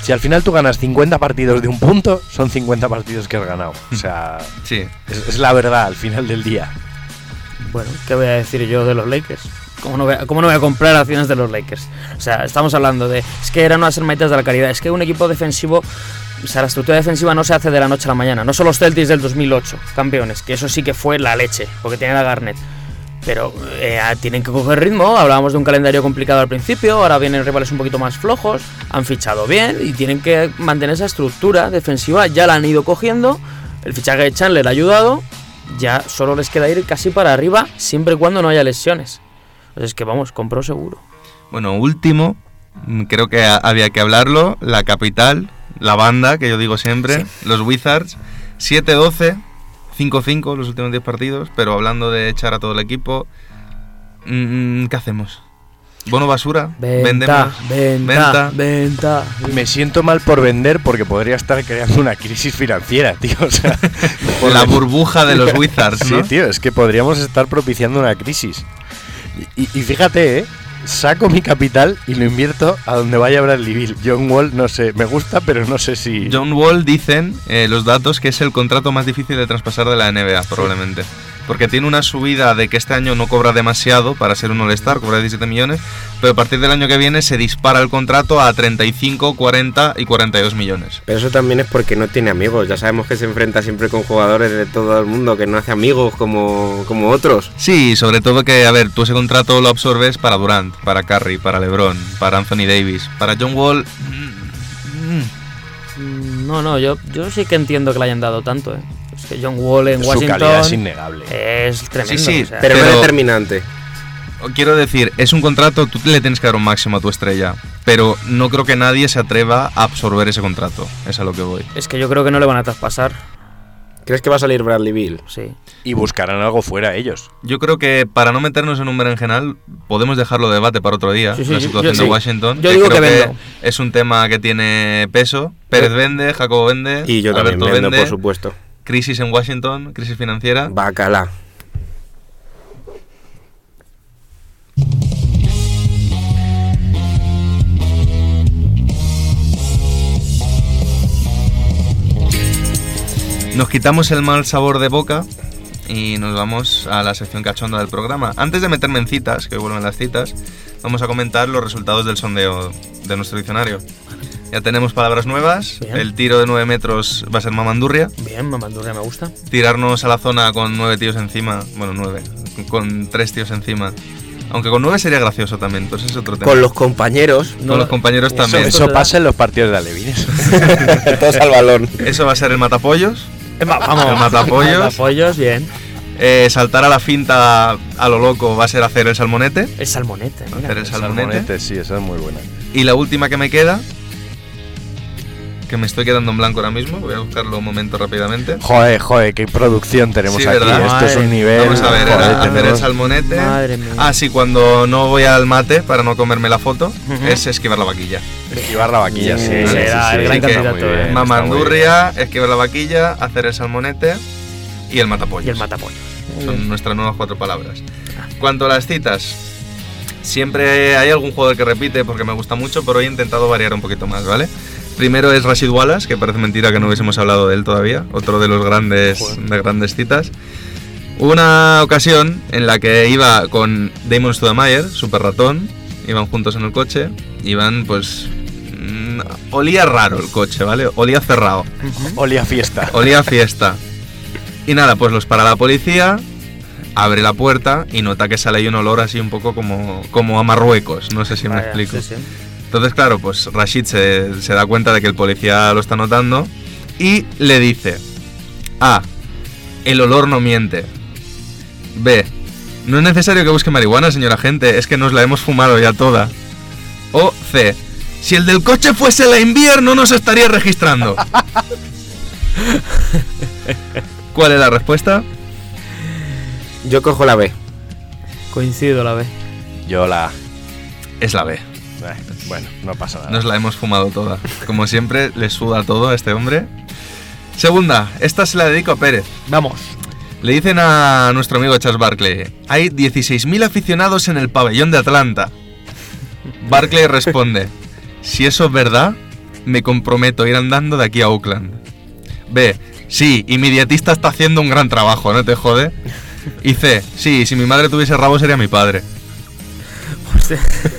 50 partidos de un punto, son 50 partidos que has ganado. O sea, sí. Es la verdad al final del día. Bueno, ¿qué voy a decir yo de los Lakers? ¿Cómo no voy a comprar acciones de los Lakers? O sea, estamos hablando de... Es que eran unas hermanitas de la caridad. Es que un equipo defensivo... O sea, la estructura defensiva no se hace de la noche a la mañana. No son los Celtics del 2008, campeones, que eso sí que fue la leche, porque tienen a Garnett. Pero tienen que coger ritmo. Hablábamos de un calendario complicado al principio, ahora vienen rivales un poquito más flojos, han fichado bien y tienen que mantener esa estructura defensiva. Ya la han ido cogiendo, el fichaje de Chandler ha ayudado, ya solo les queda ir casi para arriba, siempre y cuando no haya lesiones. Pues es que vamos, compró seguro. Bueno, último, creo que había que hablarlo, la capital, la banda, que yo digo siempre, sí. Los Wizards, 7-12, 5-5 los últimos 10 partidos, pero hablando de echar a todo el equipo, ¿qué hacemos? ¿Bono basura? Venta. Me siento mal por vender porque podría estar creando una crisis financiera, tío. O sea, la burbuja de los Wizards, ¿no? Sí, tío, es que podríamos estar propiciando una crisis. Y fíjate, saco mi capital y lo invierto a donde vaya Bradley Beal. John Wall, no sé, me gusta, pero no sé si... John Wall, dicen los datos, que es el contrato más difícil de traspasar de la NBA, probablemente. Porque tiene una subida de que este año no cobra demasiado para ser un All-Star, cobra 17 millones, pero a partir del año que viene se dispara el contrato a 35, 40 y 42 millones. Pero eso también es porque no tiene amigos. Ya sabemos que se enfrenta siempre con jugadores de todo el mundo, que no hace amigos como otros. Sí, sobre todo que, a ver, tú ese contrato lo absorbes para Durant, para Curry, para LeBron, para Anthony Davis. Para John Wall... No, yo sí que entiendo que le hayan dado tanto, Es que John Wall en Washington... Su calidad es innegable. Es tremendo. Sí, o sea, pero no es determinante. Quiero decir, es un contrato, tú le tienes que dar un máximo a tu estrella, pero no creo que nadie se atreva a absorber ese contrato. Es a lo que voy. Es que yo creo que no le van a traspasar. ¿Crees que va a salir Bradley Beal? Sí. Y buscarán algo fuera ellos. Yo creo que para no meternos en un berenjenal, podemos dejarlo de debate para otro día. Sí, la situación de Washington. Yo digo que vendo. Es un tema que tiene peso. Pérez vende, Jacobo vende, y yo Alberto también vendo, vende. por supuesto. Crisis en Washington, crisis financiera. Bacala. Nos quitamos el mal sabor de boca y nos vamos a la sección cachonda del programa. Antes de meterme en citas, que hoy vuelven las citas, vamos a comentar los resultados del sondeo de nuestro diccionario. Ya tenemos palabras nuevas. Bien. El tiro de 9 metros va a ser mamandurria. Bien, mamandurria me gusta. Tirarnos a la zona con 9 tíos encima. Bueno, 9. Con 3 tíos encima. Aunque con 9 sería gracioso también, pues es otro tema. Con los compañeros. Con los compañeros también. Eso pasa en los partidos de alevines. Todos al balón. Eso va a ser el matapollos. Vamos, El matapollos. Matapollos, bien. Saltar a la finta a lo loco va a ser hacer el salmonete. El salmonete, mira. Hacer el salmonete. Sí, esa es muy buena. Y la última que me queda, que me estoy quedando en blanco ahora mismo, voy a buscarlo un momento rápidamente. Joder, qué producción tenemos Sí, aquí. ¿verdad? Esto es un Madre. nivel. Vamos a ver, joder, era hacer el tenemos- salmonete. Madre mía. Ah, sí, cuando no voy al mate para no comerme la foto, es esquivar la vaquilla. Esquivar la vaquilla, sí. Sí, era el gran sí, que- candidato. muy bien. Mamandurria, esquivar la vaquilla, hacer el salmonete y el matapollos. Y el matapollos. Son nuestras nuevas 4 palabras. Cuanto a las citas, siempre hay algún jugador que repite porque me gusta mucho, pero hoy he intentado variar un poquito más, ¿vale? Primero es Rashid Wallace, que parece mentira que no hubiésemos hablado de él todavía, otro de los grandes citas. Hubo una ocasión en la que iba con Damon Stoudemire, super ratón, iban juntos en el coche, iban pues... olía raro el coche, ¿vale? Olía cerrado, Olía fiesta. olía a fiesta. Y nada, pues los para la policía, abre la puerta y nota que sale ahí un olor así un poco como a Marruecos, no sé si me Vaya, explico. sí, sí. Entonces, claro, pues Rashid se da cuenta de que el policía lo está notando y le dice: A. El olor no miente. B. No es necesario que busque marihuana, señor agente, es que nos la hemos fumado ya toda. O C. Si el del coche fuese la Invier, no nos estaría registrando. ¿Cuál es la respuesta? Yo cojo la B. Coincido, la ve. Yo la. Es la B. Bueno, no pasa nada. Nos la hemos fumado toda. Como siempre, le suda todo a este hombre. Segunda, esta se la dedico a Pérez. Vamos. Le dicen a nuestro amigo Charles Barkley: hay 16.000 aficionados en el pabellón de Atlanta. Barkley responde: si eso es verdad, me comprometo a ir andando de aquí a Oakland. B. Sí, y mi dietista está haciendo un gran trabajo, ¿no te jode? Y C. Sí, si mi madre tuviese rabo sería mi padre. Hostia.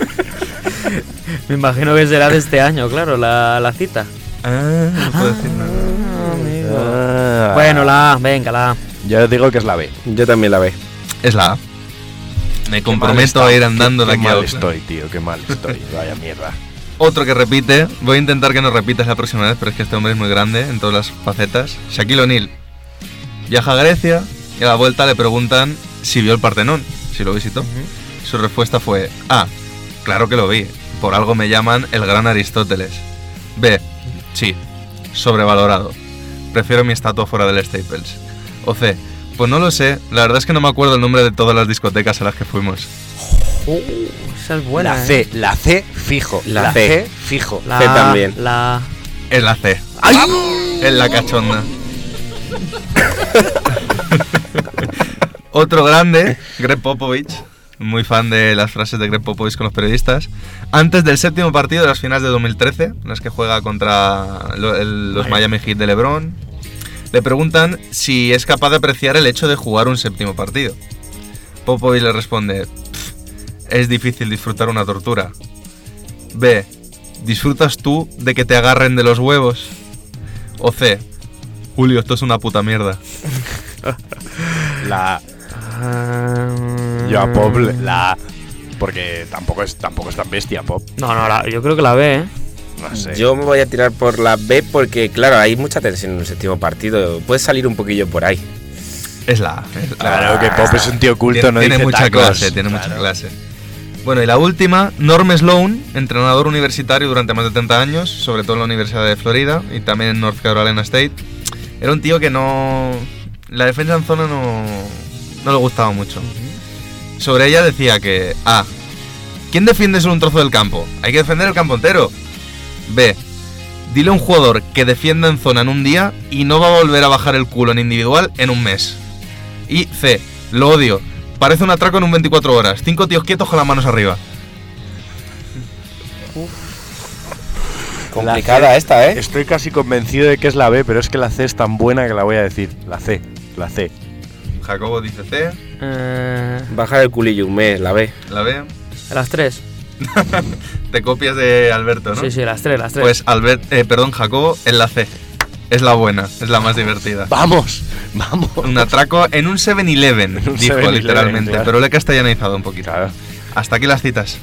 Me imagino que será de este año, claro, la cita. No puedo decir nada. Ah. Bueno, la A, venga, la A. Yo digo que es la B. Yo también la B. Es la A. Me Qué comprometo mal a ir está. andando Qué de aquí a mal Oakland. estoy, tío, qué mal estoy. Vaya mierda. Otro que repite, voy a intentar que no repitas la próxima vez, pero es que este hombre es muy grande en todas las facetas. Shaquille O'Neal viaja a Grecia y a la vuelta le preguntan si vio el Partenón, si lo visitó. Su respuesta fue: A. Claro que lo vi, por algo me llaman el gran Aristóteles. B. Sí, sobrevalorado. Prefiero mi estatua fuera del Staples. O C. Pues no lo sé, la verdad es que no me acuerdo el nombre de todas las discotecas a las que fuimos. Esa es buena. La C fijo. La C. fijo. La C A, también. La A. Es la C. Es la cachonda. Otro grande, Greg Popovich, muy fan de las frases de Greg Popovich con los periodistas. Antes del séptimo partido de las finales de 2013, en las que juega contra los Miami Heat de LeBron, le preguntan si es capaz de apreciar el hecho de jugar un séptimo partido. Popovich le responde: es difícil disfrutar una tortura. B. ¿Disfrutas tú de que te agarren de los huevos? O C. Julio, esto es una puta mierda. La Yo a Pop la porque tampoco es tan bestia Pop. No, yo creo que la B, ¿eh? No sé. Yo me voy a tirar por la B porque, claro, hay mucha tensión en el séptimo partido. Puedes salir un poquillo por ahí. Es la A. Claro que Pop es un tío culto, tiene, no tiene dice mucha tacos. clase, tiene mucha clase. Bueno, y la última, Norm Sloan, entrenador universitario durante más de 30 años, sobre todo en la Universidad de Florida y también en North Carolina State. Era un tío que no... La defensa en zona no le gustaba mucho. Sobre ella decía que: A. ¿Quién defiende solo un trozo del campo? Hay que defender el campo entero. B. Dile a un jugador que defienda en zona en un día y no va a volver a bajar el culo en individual en un mes. Y C. Lo odio. Parece un atraco en un 24 horas. 5 tíos quietos con las manos arriba. Complicada esta, ¿eh? Estoy casi convencido de que es la B, pero es que la C es tan buena que la voy a decir. La C. Jacobo dice C. Bajar el culillo un mes, la B. La B. Las 3. Te copias de Alberto, ¿no? Sí, las 3. Pues Jacobo es la C. Es la buena, es la más divertida. Vamos. Un atraco en un 7-Eleven, En un dijo 7-Eleven, literalmente, claro. pero le he castellanizado un poquito. Claro. Hasta aquí las citas.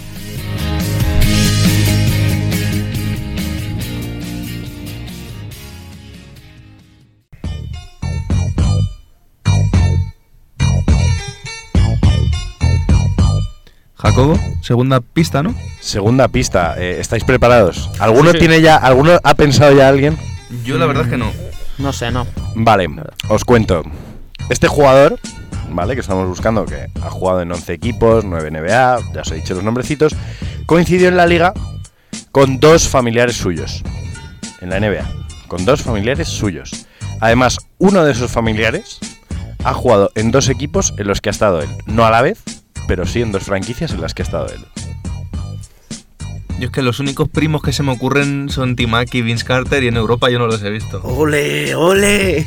Jacobo, segunda pista, ¿no? Segunda pista, ¿estáis preparados? ¿Alguno Sí. tiene ya, alguno ha pensado ya alguien? Yo la verdad es que no. No sé, no. Vale, os cuento. Este jugador, ¿vale? Que estamos buscando, que ha jugado en 11 equipos, 9 NBA, ya os he dicho los nombrecitos, coincidió en la liga con 2 familiares suyos. En la NBA, con 2 familiares suyos. Además, uno de esos familiares ha jugado en 2 equipos en los que ha estado él. No a la vez, pero sí en 2 franquicias en las que ha estado él. Yo es que los únicos primos que se me ocurren son Timaki y Vince Carter, y en Europa yo no los he visto. ¡Ole, ole!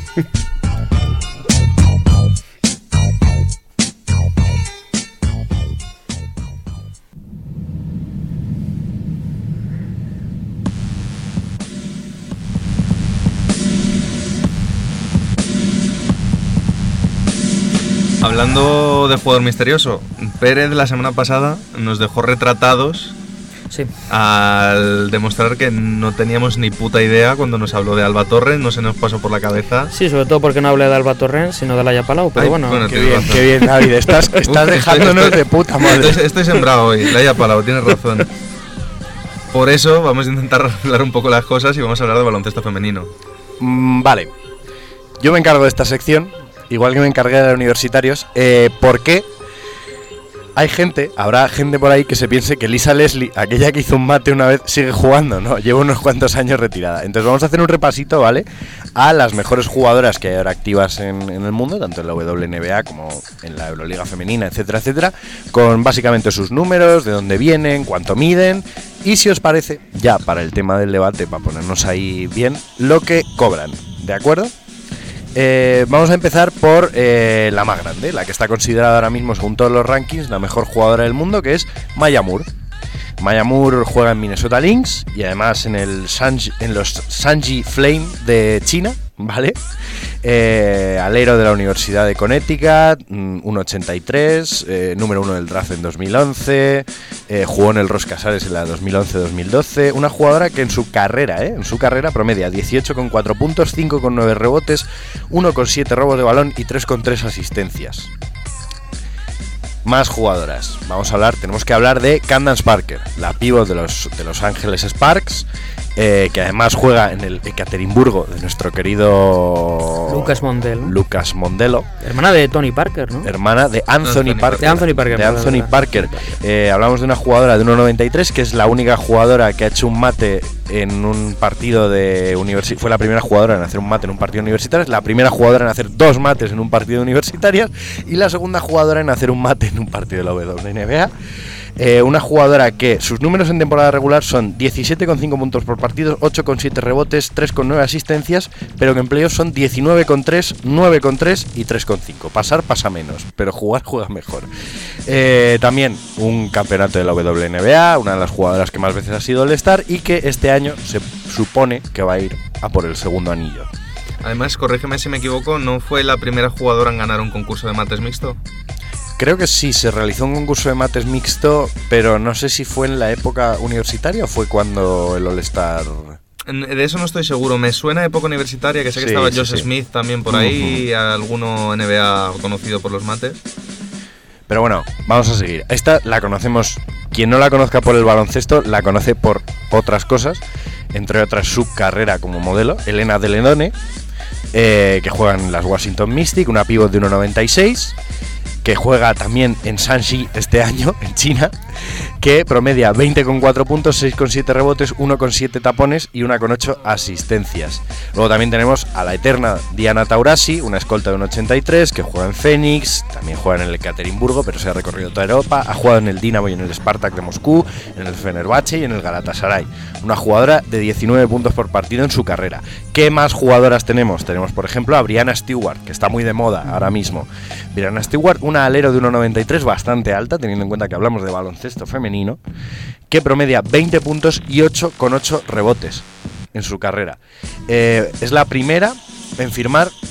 Hablando de jugador misterioso, Pérez la semana pasada nos dejó retratados Sí. al demostrar que no teníamos ni puta idea cuando nos habló de Alba Torres, no se nos pasó por la cabeza. Sí, sobre todo porque no hablé de Alba Torrent, sino de Laia Palau, pero Ay, bueno. bueno, Qué tienes bien, razón. qué bien, David. Estás dejándonos de puta madre. Estoy sembrado hoy, Laia Palau, tienes razón. Por eso vamos a intentar arreglar un poco las cosas y vamos a hablar de baloncesto femenino. Vale. Yo me encargo de esta sección, igual que me encargué de los universitarios. ¿Por qué? Habrá gente por ahí que se piense que Lisa Leslie, aquella que hizo un mate una vez, sigue jugando, ¿no? Lleva unos cuantos años retirada. Entonces vamos a hacer un repasito, ¿vale? A las mejores jugadoras que hay ahora activas en el mundo, tanto en la WNBA como en la Euroliga femenina, etcétera, etcétera, con básicamente sus números, de dónde vienen, cuánto miden y, si os parece, ya para el tema del debate, para ponernos ahí bien, lo que cobran, ¿de acuerdo? Vamos a empezar por la más grande, la que está considerada ahora mismo, según todos los rankings, la mejor jugadora del mundo, que es Maya Moore. Maya Moore juega en Minnesota Lynx y además en los Shanxi Flame de China, ¿vale? Alero de la Universidad de Connecticut, 1.83, número 1 del draft en 2011, jugó en el Ross Casares en la 2011-2012, una jugadora que en su carrera promedia 18,4 puntos, 5,9 rebotes, 1,7 robos de balón y 3,3 asistencias. Más jugadoras. Tenemos que hablar de Candace Parker, la pívot de los Ángeles Sparks, que además juega en el Ekaterimburgo de nuestro querido Lucas Mondelo, Hermana de Tony Parker, ¿no? hermana de Anthony Parker. De Anthony Parker. De Anthony Parker. Hablamos de una jugadora de 1.93, que es la única jugadora que ha hecho un mate en un partido de universidad. Fue la primera jugadora en hacer un mate en un partido universitario, la primera jugadora en hacer 2 mates en un partido universitario y la segunda jugadora en hacer un mate en un partido de la WNBA. Una jugadora que sus números en temporada regular son 17,5 puntos por partido, 8,7 rebotes, 3,9 asistencias, pero que en playoffs son 19,3, 9,3 y 3,5. Pasa menos, pero juega mejor. También un campeonato de la WNBA, una de las jugadoras que más veces ha sido All-Star y que este año se supone que va a ir a por el segundo anillo. Además, corrígeme si me equivoco, ¿no fue la primera jugadora en ganar un concurso de mates mixto? Creo que sí, se realizó un concurso de mates mixto, pero no sé si fue en la época universitaria o fue cuando el All-Star... De eso no estoy seguro, me suena época universitaria, que sé que Sí, estaba sí, Josh sí. Smith también por ahí, y alguno NBA conocido por los mates. Pero bueno, vamos a seguir. Esta la conocemos, quien no la conozca por el baloncesto, la conoce por otras cosas, entre otras su carrera como modelo, Elena Delenone, que juega en las Washington Mystics, una pívot de 1.96, que juega también en Shanxi este año, en China, que promedia 20,4 puntos, 6,7 rebotes, 1,7 tapones y 1,8 asistencias. Luego también tenemos a la eterna Diana Taurasi, una escolta de 1,83, que juega en Phoenix, también juega en el Ekaterimburgo, pero se ha recorrido toda Europa, ha jugado en el Dinamo y en el Spartak de Moscú, en el Fenerbahce y en el Galatasaray. Una jugadora de 19 puntos por partido en su carrera. ¿Qué más jugadoras tenemos? Tenemos, por ejemplo, a Brianna Stewart, que está muy de moda ahora mismo. Brianna Stewart, una alero de 1,93 bastante alta, teniendo en cuenta que hablamos de baloncesto femenino, que promedia 20 puntos y 8,8 rebotes en su carrera. Es la primera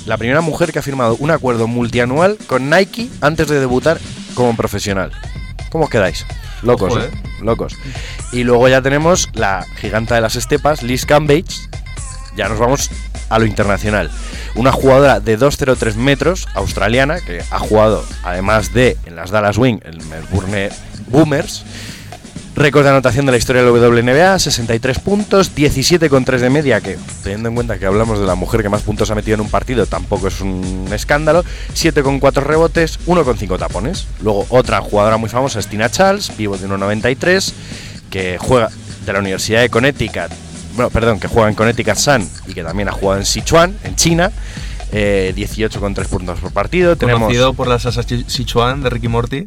mujer que ha firmado un acuerdo multianual con Nike antes de debutar como profesional. ¿Cómo os quedáis? Locos, Ojo, locos. Y luego ya tenemos la giganta de las estepas, Liz Cambage. Ya nos vamos a lo internacional. Una jugadora de 2,03 metros, australiana, que ha jugado, además de en las Dallas Wing, el Melbourne Boomers. Récord de anotación de la historia de la WNBA, 63 puntos, 17,3 de media, que teniendo en cuenta que hablamos de la mujer que más puntos ha metido en un partido, tampoco es un escándalo. 7,4 rebotes, 1,5 tapones. Luego otra jugadora muy famosa es Tina Charles, pívot de 1,93, que juega de la Universidad de Connecticut, que juega en Connecticut Sun y que también ha jugado en Sichuan, en China. 18,3 puntos por partido. Conocido por la salsa Sichuan de Ricky Morty.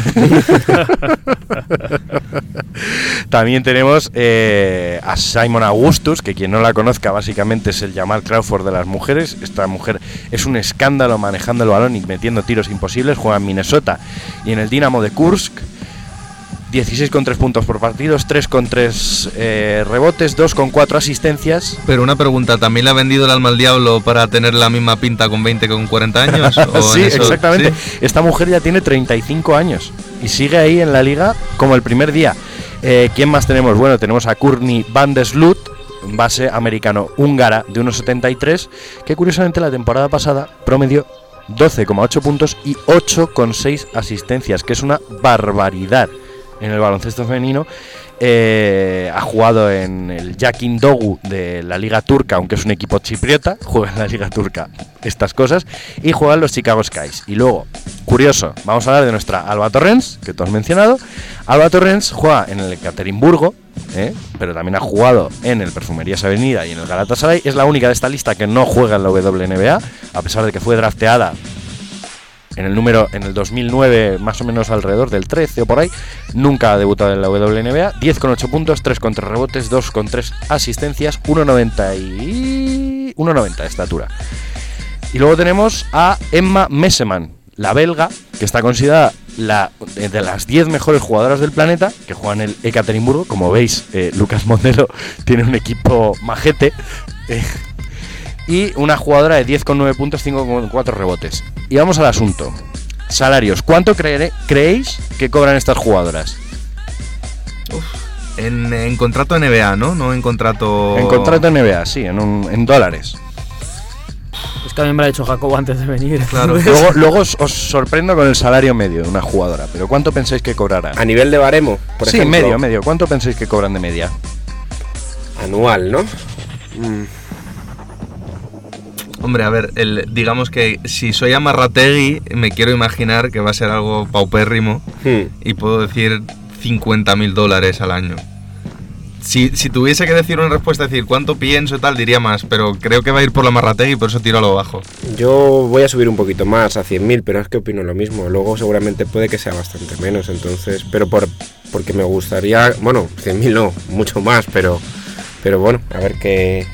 También tenemos a Simon Augustus, que quien no la conozca básicamente es el Jamal Crawford de las mujeres. Esta mujer es un escándalo manejando el balón y metiendo tiros imposibles. Juega en Minnesota y en el Dinamo de Kursk. 16,3 puntos por partidos, 3,3 rebotes, 2,4 asistencias. Pero una pregunta, ¿también le ha vendido el alma al diablo para tener la misma pinta con 20 que con 40 años? Sí, exactamente. ¿Sí? Esta mujer ya tiene 35 años y sigue ahí en la liga como el primer día. ¿Quién más tenemos? Bueno, tenemos a Courtney van der Sloot, base americano-húngara de 1,73, que curiosamente la temporada pasada promedió 12,8 puntos y 8,6 asistencias, que es una barbaridad. En el baloncesto femenino ha jugado en el Jakin Dogu de la Liga Turca, aunque es un equipo chipriota, juega en la Liga Turca estas cosas, y juega en los Chicago Skies. Y luego, curioso, vamos a hablar de nuestra Alba Torrens, que tú has mencionado. Alba Torrens juega en el Ekaterimburgo, pero también ha jugado en el Perfumerías Avenida y en el Galatasaray. Es la única de esta lista que no juega en la WNBA, a pesar de que fue drafteada en el 2009, más o menos alrededor del 13 o por ahí. Nunca ha debutado en la WNBA. 10,8 puntos, 3,3 rebotes, 2,3 asistencias, 1,90 de estatura. Y luego tenemos a Emma Messeman, la belga, que está considerada de las 10 mejores jugadoras del planeta, que juega en el Ekaterimburgo. Como veis, Lucas Mondelo tiene un equipo majete. Y una jugadora de 10,9 puntos, 5,4 rebotes. Y vamos al asunto. Salarios. ¿Cuánto creéis que cobran estas jugadoras? En contrato NBA, ¿no? No en contrato... En contrato NBA, sí, en dólares. Es que a mí me lo ha dicho Jacobo antes de venir. Claro. Luego os sorprendo con el salario medio de una jugadora. Pero ¿cuánto pensáis que cobrarán? A nivel de baremo, por ejemplo. Sí, medio. ¿Cuánto pensáis que cobran de media? Anual, ¿no? Hombre, a ver, digamos que si soy Amarrategui, me quiero imaginar que va a ser algo paupérrimo y puedo decir $50,000 al año. Si tuviese que decir una respuesta, decir cuánto pienso y tal, diría más, pero creo que va a ir por la Amarrategui, por eso tiro a lo bajo. Yo voy a subir un poquito más, a 100.000, pero es que opino lo mismo. Luego seguramente puede que sea bastante menos, entonces, pero porque me gustaría, bueno, 100.000 no, mucho más, pero bueno, a ver qué...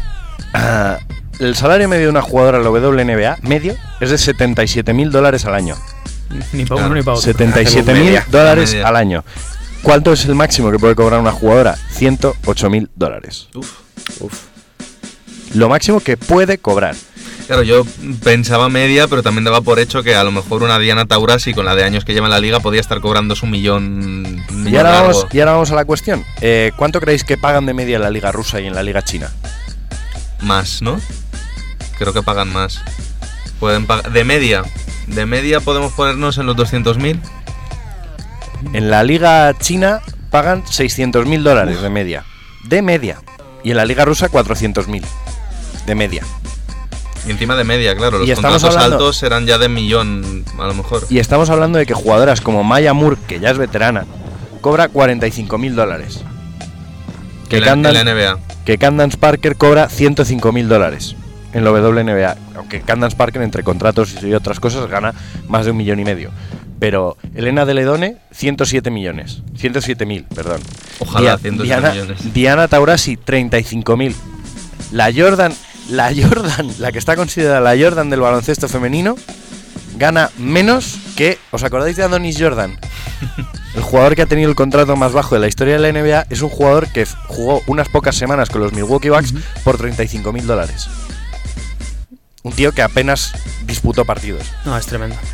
El salario medio de una jugadora en la WNBA, medio, es de $77,000 al año. Ni para uno ni para otro. $77,000 al año. ¿Cuánto es el máximo que puede cobrar una jugadora? $108,000. Uf. Lo máximo que puede cobrar. Claro, yo pensaba media, pero también daba por hecho que a lo mejor una Diana Taurasi, con la de años que lleva en la liga, podía estar cobrando $1 millón. Y ahora vamos a la cuestión. ¿Cuánto creéis que pagan de media en la liga rusa y en la liga china? Más, ¿no? Creo que pagan más. Pueden pagar de media podemos ponernos en los 200.000. En la liga china pagan $600,000 de media. De media. Y en la liga rusa 400.000 de media. Y encima de media, claro. Los contratos altos serán ya de millón, a lo mejor. Y estamos hablando de que jugadoras como Maya Moore, que ya es veterana, cobra $45,000. En la NBA. Que Candace Parker cobra $105,000 en la WNBA. Aunque Candace Parker, entre contratos y otras cosas, gana más de $1,5 millones. Pero Elena de Ledone, 107.000, perdón. Ojalá 107 millones. Diana Taurasi, 35.000. La Jordan, la que está considerada la Jordan del baloncesto femenino, gana menos que... ¿Os acordáis de Adonis Jordan? El jugador que ha tenido el contrato más bajo de la historia de la NBA es un jugador que jugó unas pocas semanas con los Milwaukee Bucks por $35,000. Un tío que apenas disputó partidos. No, es tremendo.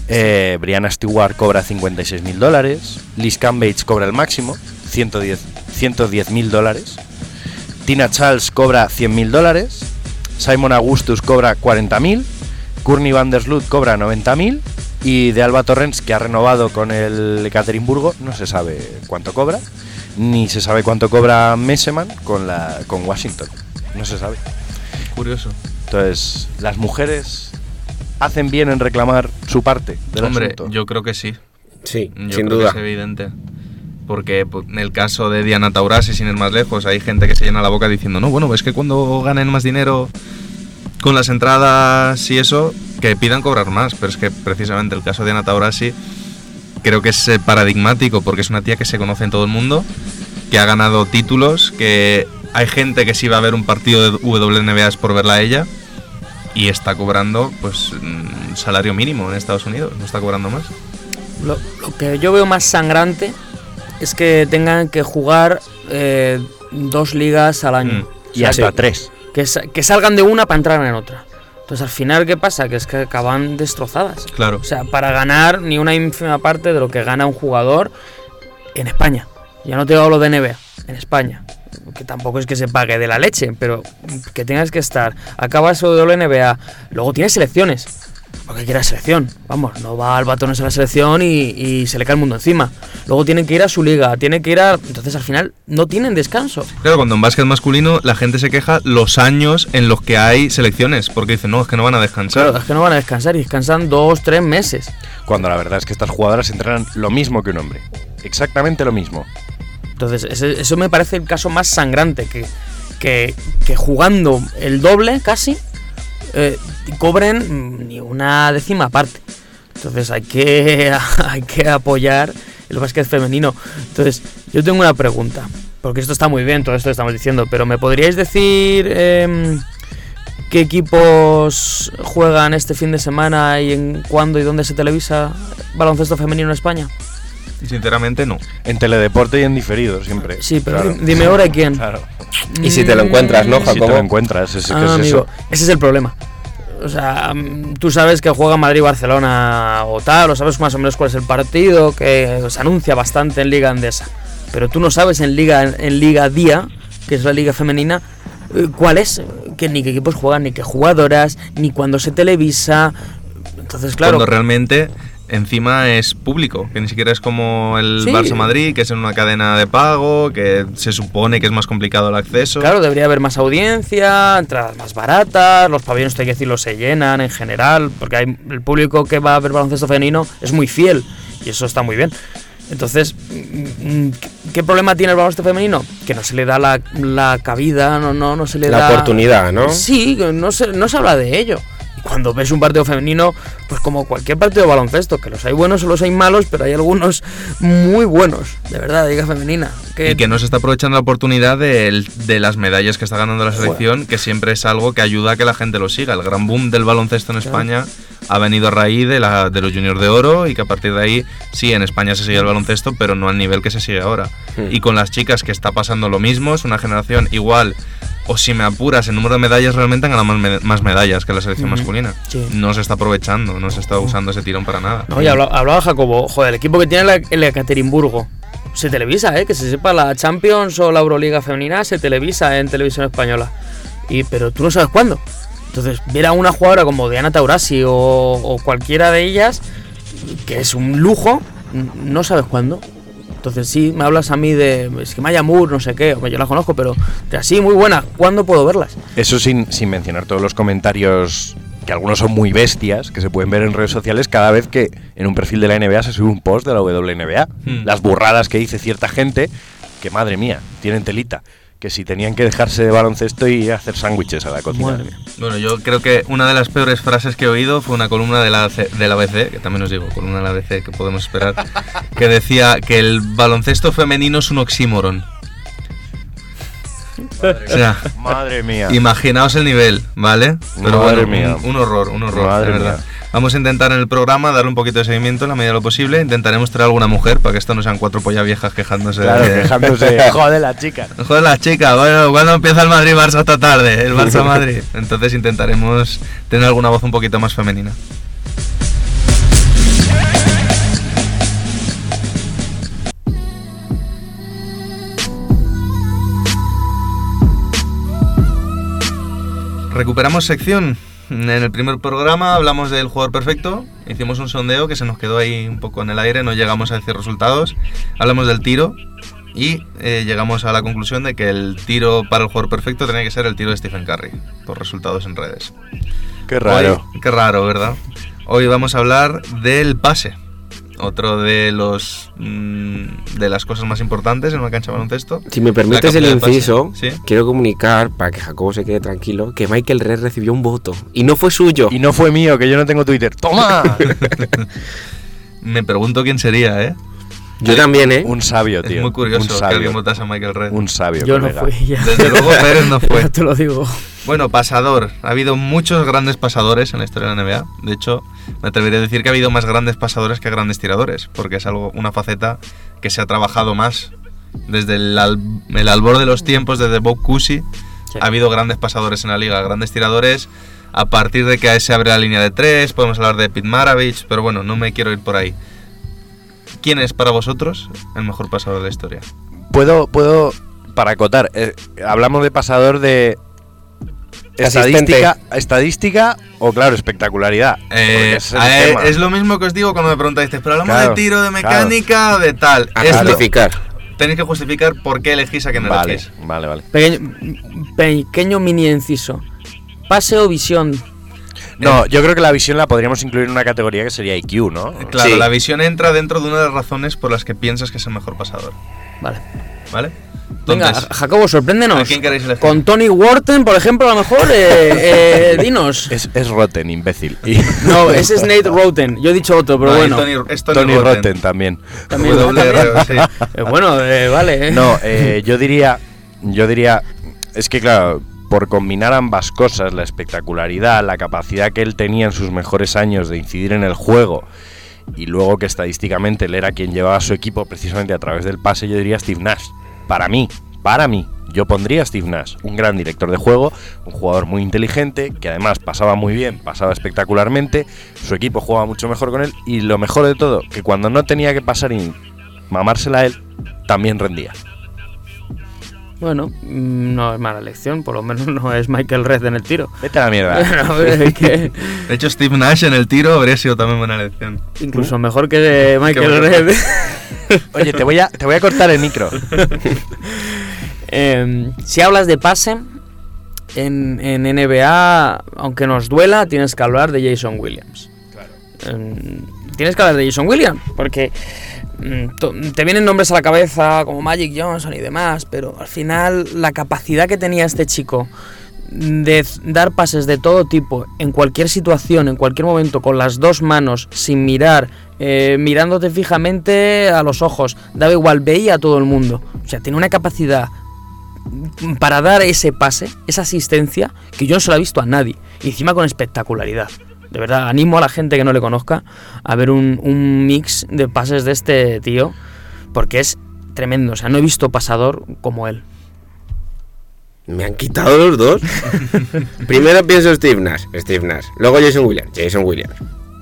Brianna Stewart cobra $56.000. Liz Cambage cobra el máximo, $110.000. Tina Charles cobra $100.000. Simon Augustus cobra $40.000. Courtney Vandersloot cobra $90.000. Y de Alba Torrens, que ha renovado con el Ekaterimburgo, no se sabe cuánto cobra. Ni se sabe cuánto cobra Messeman con Washington. No se sabe. Curioso. Entonces, las mujeres hacen bien en reclamar su parte del asunto. Yo creo que sí. Sí, Yo sin creo duda. que es evidente. Porque en el caso de Diana Taurasi, sin ir más lejos, hay gente que se llena la boca diciendo, no, bueno, es que cuando ganen más dinero con las entradas y eso, que pidan cobrar más. Pero es que precisamente el caso de Diana Taurasi creo que es paradigmático, porque es una tía que se conoce en todo el mundo, que ha ganado títulos, que hay gente que si va a ver un partido de WNBA es por verla a ella, y está cobrando pues salario mínimo en Estados Unidos, no está cobrando más. Lo que yo veo más sangrante es que tengan que jugar 2 ligas al año. Y hasta 3. Que salgan de una para entrar en otra. Entonces, al final, ¿qué pasa? Que es que acaban destrozadas. Claro. O sea, para ganar ni una ínfima parte de lo que gana un jugador en España. Ya no te hablo de NBA, en España. Que tampoco es que se pague de la leche, pero que tengas que estar. Acabas de la NBA, luego tienes selecciones. Porque quiere selección. Vamos, no va al Batones a la selección y se le cae el mundo encima. Luego tienen que ir a su liga, tienen que ir a... Entonces al final no tienen descanso. Claro, cuando en básquet masculino la gente se queja los años en los que hay selecciones, porque dicen, no, es que no van a descansar. Claro, es que no van a descansar y descansan 2-3 meses. Cuando la verdad es que estas jugadoras entrenan lo mismo que un hombre. Exactamente lo mismo. Entonces eso me parece el caso más sangrante, que jugando el doble casi... cobren ni una décima parte. Entonces hay que apoyar el básquet femenino. Entonces yo tengo una pregunta, porque esto está muy bien, todo esto que estamos diciendo, pero ¿me podríais decir qué equipos juegan este fin de semana y en cuándo y dónde se televisa baloncesto femenino en España? Sinceramente no. En Teledeporte y en diferido siempre. Sí, pero claro. dime ahora y quién. Claro. Y si te lo encuentras, ¿no, Jacobo? Si te lo encuentras, ¿qué es amigo, eso? ese es el problema. O sea, tú sabes que juega Madrid-Barcelona o tal, o sabes más o menos cuál es el partido, que se anuncia bastante en Liga Endesa. Pero tú no sabes en Liga Día, que es la liga femenina, cuál es, que ni qué equipos juegan, ni qué jugadoras, ni cuándo se televisa. Entonces, claro. Cuando realmente encima es público, que ni siquiera es como el Sí. Barça Madrid, que es en una cadena de pago, que se supone que es más complicado el acceso. Claro, debería haber más audiencia, entradas más baratas, los pabellones, hay que decirlo, se llenan en general, porque el público que va a ver baloncesto femenino es muy fiel, y eso está muy bien. Entonces, ¿qué problema tiene el baloncesto femenino? Que no se le da la cabida, no se le da... La oportunidad, ¿no? Sí, no se habla de ello. Y cuando ves un partido femenino, pues como cualquier partido de baloncesto, que los hay buenos o los hay malos, pero hay algunos muy buenos, de verdad, de liga femenina. Y que no se está aprovechando la oportunidad de las medallas que está ganando la selección, que siempre es algo que ayuda a que la gente lo siga. El gran boom del baloncesto en España ha venido a raíz de los juniors de oro, y que a partir de ahí, sí, en España se sigue el baloncesto, pero no al nivel que se sigue ahora. Y con las chicas que está pasando lo mismo, es una generación igual, o si me apuras, el número de medallas realmente han ganado más medallas que la selección masculina. Sí. No se está aprovechando, no se está usando ese tirón para nada. No, y hablaba Jacobo, joder, el equipo que tiene el Ekaterimburgo se televisa, que se sepa, la Champions o la Euroliga femenina se televisa en televisión española. Pero tú no sabes cuándo. Entonces, ver a una jugadora como Diana Taurasi o cualquiera de ellas, que es un lujo, no sabes cuándo. Entonces, sí, me hablas a mí de... Es que Maya Moore, no sé qué, yo la conozco, pero de así, muy buena. ¿Cuándo puedo verlas? Eso sin mencionar todos los comentarios, que algunos son muy bestias, que se pueden ver en redes sociales cada vez que en un perfil de la NBA se sube un post de la WNBA. Las burradas que dice cierta gente, que madre mía, tienen telita. Que si tenían que dejarse de baloncesto y hacer sándwiches a la cocina. Madre mía. Bueno, yo creo que una de las peores frases que he oído fue una columna de la ABC, que también os digo, columna de la ABC que podemos esperar, que decía que el baloncesto femenino es un oxímoron. O sea, Madre mía. imaginaos el nivel, ¿vale? Pero Madre bueno, mía. un horror, Madre de verdad. mía. Vamos a intentar en el programa darle un poquito de seguimiento en la medida de lo posible. Intentaremos traer alguna mujer para que esto no sean 4 pollas viejas quejándose. Claro, de... quejándose. Joder, la chica. Joder, la chica, bueno, ¿cuándo empieza el Madrid-Barça esta tarde? El Barça-Madrid. Entonces intentaremos tener alguna voz un poquito más femenina. Recuperamos sección. En el primer programa hablamos del jugador perfecto, hicimos un sondeo que se nos quedó ahí un poco en el aire, no llegamos a decir resultados. Hablamos del tiro y llegamos a la conclusión de que el tiro para el jugador perfecto tenía que ser el tiro de Stephen Curry, por resultados en redes. Qué raro. Qué raro, ¿verdad? Hoy vamos a hablar del pase. Otro de las cosas más importantes en una cancha de baloncesto. Si me permites el inciso, ¿sí? Quiero comunicar, para que Jacobo se quede tranquilo, que Michael Red recibió un voto. Y no fue suyo. Y no fue mío, que yo no tengo Twitter. ¡Toma! Me pregunto quién sería, ¿eh? Yo también, ¿eh? Un sabio, tío. Es muy curioso un que sabio. alguien votase a Michael Red. Un sabio, Yo colega. no fui. Ya. Desde luego Pérez no fue. Ya te lo digo. Bueno, pasador. Ha habido muchos grandes pasadores en la historia de la NBA. De hecho, me atrevería a decir que ha habido más grandes pasadores que grandes tiradores, porque es una faceta que se ha trabajado más. Desde el albor de los tiempos, desde Bob Cousy, Sí. ha habido grandes pasadores en la liga, grandes tiradores. A partir de que se abre la línea de 3, podemos hablar de Pete Maravich, pero bueno, no me quiero ir por ahí. ¿Quién es para vosotros el mejor pasador de la historia? Puedo para acotar, hablamos de pasador de estadística o, claro, espectacularidad. Porque ese es el tema. Es lo mismo que os digo cuando me preguntáis, pero hablamos Claro, de tiro, de mecánica, de tal. A Esto- justificar. Tenéis que justificar por qué elegís a quién Vale, elegís. vale. Pequeño mini inciso. Pase o visión. No, yo creo que la visión la podríamos incluir en una categoría que sería IQ, ¿no? Claro, Sí. la visión entra dentro de una de las razones por las que piensas que es el mejor pasador. Vale. ¿Vale? Venga, Entonces, Jacobo, sorpréndenos. ¿a quién queréis elegir? Con Tony Wharton, por ejemplo, a lo mejor. Dinos. Es Rotten, imbécil. Y No, ese es Nate Roten. Yo he dicho otro, pero no, bueno. es Tony Rotten también. También. WR, sí. Bueno, vale. No, yo diría, es que claro, por combinar ambas cosas, la espectacularidad, la capacidad que él tenía en sus mejores años de incidir en el juego y luego que estadísticamente él era quien llevaba a su equipo precisamente a través del pase, yo diría Steve Nash. Para mí, yo pondría a Steve Nash, un gran director de juego, un jugador muy inteligente, que además pasaba muy bien, pasaba espectacularmente, su equipo jugaba mucho mejor con él y lo mejor de todo, que cuando no tenía que pasar y mamársela a él, también rendía. Bueno, no es mala elección. Por lo menos no es Michael Red en el tiro. Vete a la mierda. A ver, es que De hecho, Steve Nash en el tiro habría sido también buena elección. incluso mejor que Michael bueno. Red. Oye, te voy a cortar el micro. Si hablas de pase, en NBA, aunque nos duela, tienes que hablar de Jason Williams. Tienes que hablar de Jason Williams, porque te vienen nombres a la cabeza como Magic Johnson y demás, pero al final la capacidad que tenía este chico de dar pases de todo tipo, en cualquier situación, en cualquier momento, con las dos manos, sin mirar, mirándote fijamente a los ojos, daba igual, veía a todo el mundo. O sea, tiene una capacidad para dar ese pase, esa asistencia, que yo no se la he visto a nadie, y encima con espectacularidad. De verdad, animo a la gente que no le conozca a ver un mix de pases de este tío, porque es tremendo. O sea, no he visto pasador como él. Me han quitado los dos. Primero pienso Steve Nash. Luego Jason Williams.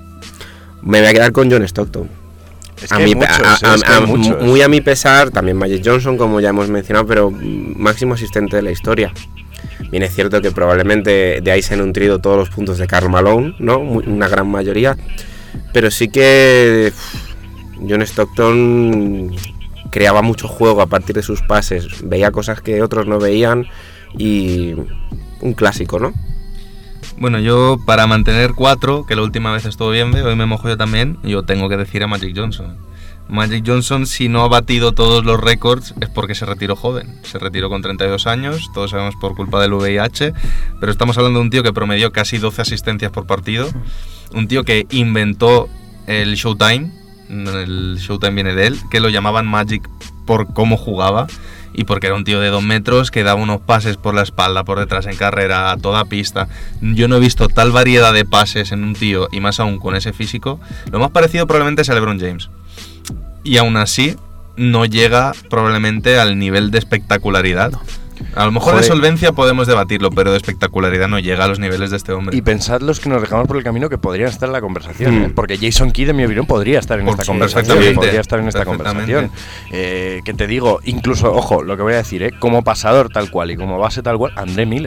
Me voy a quedar con John Stockton. Es que hay muchos. Muy a mi pesar, también Magic Johnson, como ya hemos mencionado, pero máximo asistente de la historia. Bien, es cierto que probablemente de ahí se han nutrido todos los puntos de Karl Malone, ¿no? Una gran mayoría. Pero sí que John Stockton creaba mucho juego a partir de sus pases. Veía cosas que otros no veían y un clásico, ¿no? Bueno, yo para mantener 4, que la última vez estuvo bien, hoy me mojo yo también, yo tengo que decir a Magic Johnson. Magic Johnson, si no ha batido todos los récords, es porque se retiró joven. Se retiró con 32 años, todos sabemos por culpa del VIH, pero estamos hablando de un tío que promedió casi 12 asistencias por partido, un tío que inventó el Showtime viene de él, que lo llamaban Magic por cómo jugaba y porque era un tío de 2 metros que daba unos pases por la espalda, por detrás en carrera, a toda pista. Yo no he visto tal variedad de pases en un tío, y más aún con ese físico. Lo más parecido probablemente es a LeBron James. Y aún así no llega probablemente al nivel de espectacularidad. A lo mejor de solvencia podemos debatirlo, pero de espectacularidad no llega a los niveles de este hombre. Y pensad los que nos dejamos por el camino que podrían estar en la conversación, ¿eh? Porque Jason Kidd, en mi opinión, podría estar en esta conversación. Podría estar en esta conversación. Que te digo, incluso, ojo, lo que voy a decir, como pasador tal cual y como base tal cual, André Miller.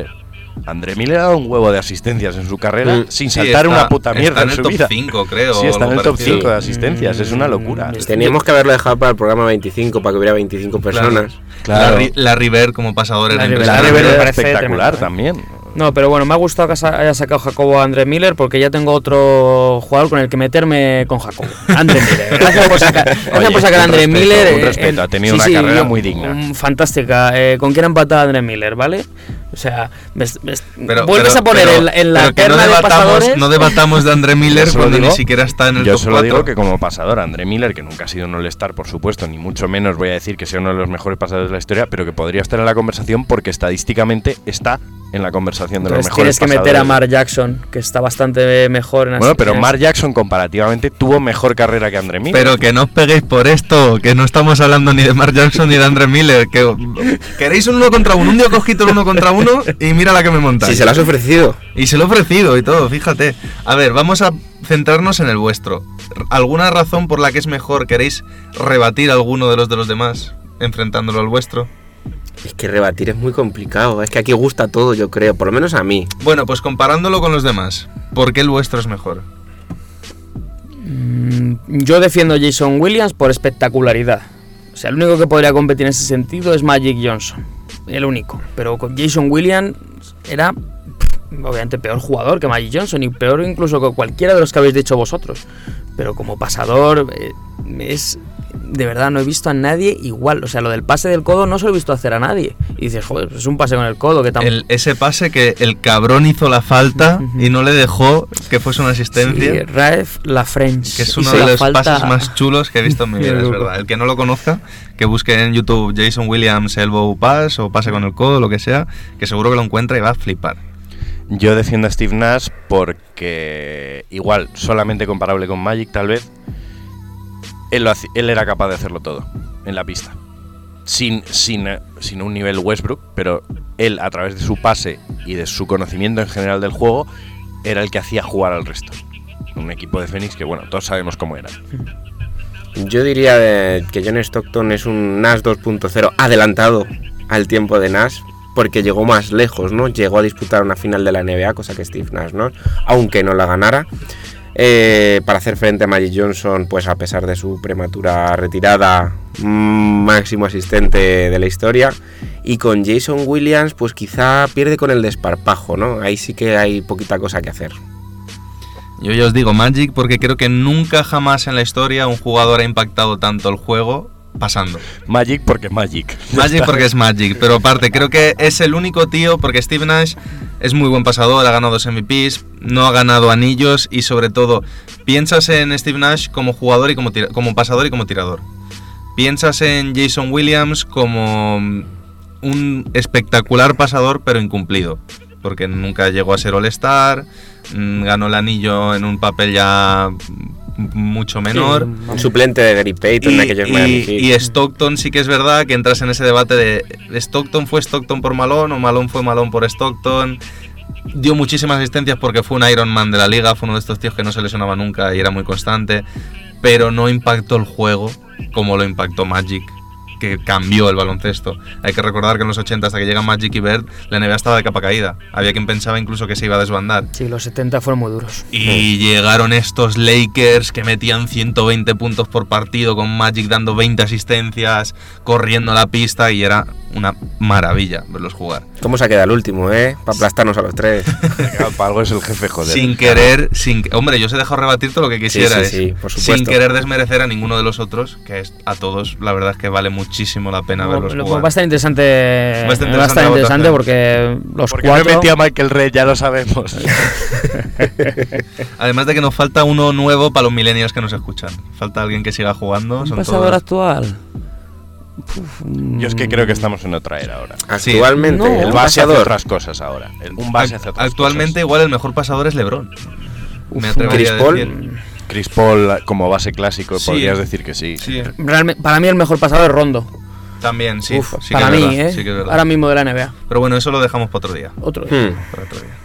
André Miller ha dado un huevo de asistencias en su carrera sin Sí, saltar una puta mierda está en en el su top vida. 5, creo. Sí, está en el algo top parecido. 5 de asistencias, es una locura. Teníamos que haberlo dejado para el programa 25, para que hubiera 25 personas. Claro. La River como pasador era Larry Bird. La impresionante. River me era parece espectacular tremendo, también. No, pero bueno, me ha gustado que haya sacado Jacobo a André Miller porque ya tengo otro jugador con el que meterme con Jacobo. André Miller. Gracias por sacar, Oye, a André un respeto, Miller. un respeto, ha tenido una carrera muy digna. Fantástica. ¿Con quién ha empatado André Miller, vale? O sea, Pero- vuelves a poner pero- en la pero que no terna de pasadores. no debatamos de André Miller Yo solo cuando digo- ni siquiera está en el Yo top solo 4. digo que como pasador, André Miller, que nunca ha sido un All-Star, por supuesto, ni mucho menos voy a decir que sea uno de los mejores pasadores de la historia, pero que podría estar en la conversación porque estadísticamente está en la conversación de los Entonces mejores tienes que pasadores. meter a Mark Jackson, que está bastante mejor en Bueno, pero en- Mark Jackson comparativamente tuvo mejor carrera que André Miller. Pero que no os peguéis por esto, que no estamos hablando ni de Mark Jackson ni de André Miller. Que queréis un 1 contra 1. Un día cogito el 1 contra 1 y mira la que me montáis. Si se lo has ofrecido. Y se lo he ofrecido y todo, fíjate. A ver, vamos a centrarnos en el vuestro. ¿Alguna razón por la que es mejor? ¿Queréis rebatir alguno de los demás enfrentándolo al vuestro? Es que rebatir es muy complicado. Es que aquí gusta todo, yo creo. Por lo menos a mí. Bueno, pues comparándolo con los demás, ¿por qué el vuestro es mejor? Yo defiendo a Jason Williams por espectacularidad. O sea, el único que podría competir en ese sentido es Magic Johnson. El único. Pero con Jason Williams era obviamente peor jugador que Magic Johnson y peor incluso que cualquiera de los que habéis dicho vosotros. Pero como pasador es... De verdad, no he visto a nadie igual. O sea, lo del pase del codo no se lo he visto hacer a nadie. Y dices, joder, es un pase con el codo que tan... Ese pase que el cabrón hizo la falta y no le dejó que fuese una asistencia. Sí, Raef Lafrench. Que es uno Hizo de la los falta- pases más chulos que he visto en mi vida, es verdad. El que no lo conozca, que busque en YouTube Jason Williams elbow pass o pase con el codo, lo que sea, que seguro que lo encuentra y va a flipar. Yo defiendo a Steve Nash porque igual, solamente comparable con Magic tal vez, él era capaz de hacerlo todo en la pista. Sin un nivel Westbrook, pero él a través de su pase y de su conocimiento en general del juego era el que hacía jugar al resto. Un equipo de Phoenix que, bueno, todos sabemos cómo era. Yo diría que John Stockton es un Nash 2.0 adelantado al tiempo de Nash, porque llegó más lejos, ¿no? Llegó a disputar una final de la NBA, cosa que Steve Nash, ¿no? Aunque no la ganara. Para hacer frente a Magic Johnson, pues a pesar de su prematura retirada, máximo asistente de la historia. Y con Jason Williams, pues quizá pierde con el desparpajo, ¿no? Ahí sí que hay poquita cosa que hacer. Yo ya os digo Magic porque creo que nunca jamás en la historia un jugador ha impactado tanto el juego pasando. Magic porque Magic. Magic porque es Magic, pero aparte creo que es el único tío, porque Steve Nash es muy buen pasador, ha ganado 2 MVPs, no ha ganado anillos y sobre todo piensas en Steve Nash como jugador y como pasador y como tirador. Piensas en Jason Williams como un espectacular pasador pero incumplido, porque nunca llegó a ser All-Star, ganó el anillo en un papel ya mucho menor. Un suplente de Gary Payton en aquellos Miami Heat. Y Stockton sí que es verdad que entras en ese debate de Stockton fue Stockton por Malone o Malone fue Malone por Stockton. Dio muchísimas asistencias porque fue un Iron Man de la liga, fue uno de estos tíos que no se lesionaba nunca y era muy constante, pero no impactó el juego como lo impactó Magic, que cambió el baloncesto. Hay que recordar que en los 80, hasta que llegan Magic y Bird, la NBA estaba de capa caída. Había quien pensaba incluso que se iba a desbandar. Sí, los 70 fueron muy duros. Y llegaron estos Lakers que metían 120 puntos por partido, con Magic dando 20 asistencias, corriendo la pista, y era una maravilla verlos jugar. ¿Cómo se ha quedado el último, para aplastarnos a los tres? Para algo es el jefe, joder. Sin querer, hombre, yo os he dejado rebatir todo lo que quisiera. Sí, por supuesto. Sin querer desmerecer a ninguno de los otros, que es, a todos, la verdad es que vale muchísimo la pena verlos jugar. Va a estar interesante, Bastante va a estar interesante interesante porque los Porque cuatro... no metí a Michael Red, ya lo sabemos. Además de que nos falta uno nuevo para los millennials que nos escuchan. Falta alguien que siga jugando. ¿Un son pasador todos- actual? Yo es que creo que estamos en otra era ahora. Actualmente, No. El el base hace pasador. otras cosas ahora. Un base hace otras Actualmente cosas. igual el mejor pasador es LeBron. Me Chris atrevería a Paul. decir. Chris Paul como base clásico, Sí. podrías decir que sí. Sí, Para mí el mejor pasador es Rondo. también, sí. Uf, sí que para es mí, verdad, sí que es verdad. ahora mismo de la NBA. Pero bueno, eso lo dejamos para otro día. Otro. Para otro día.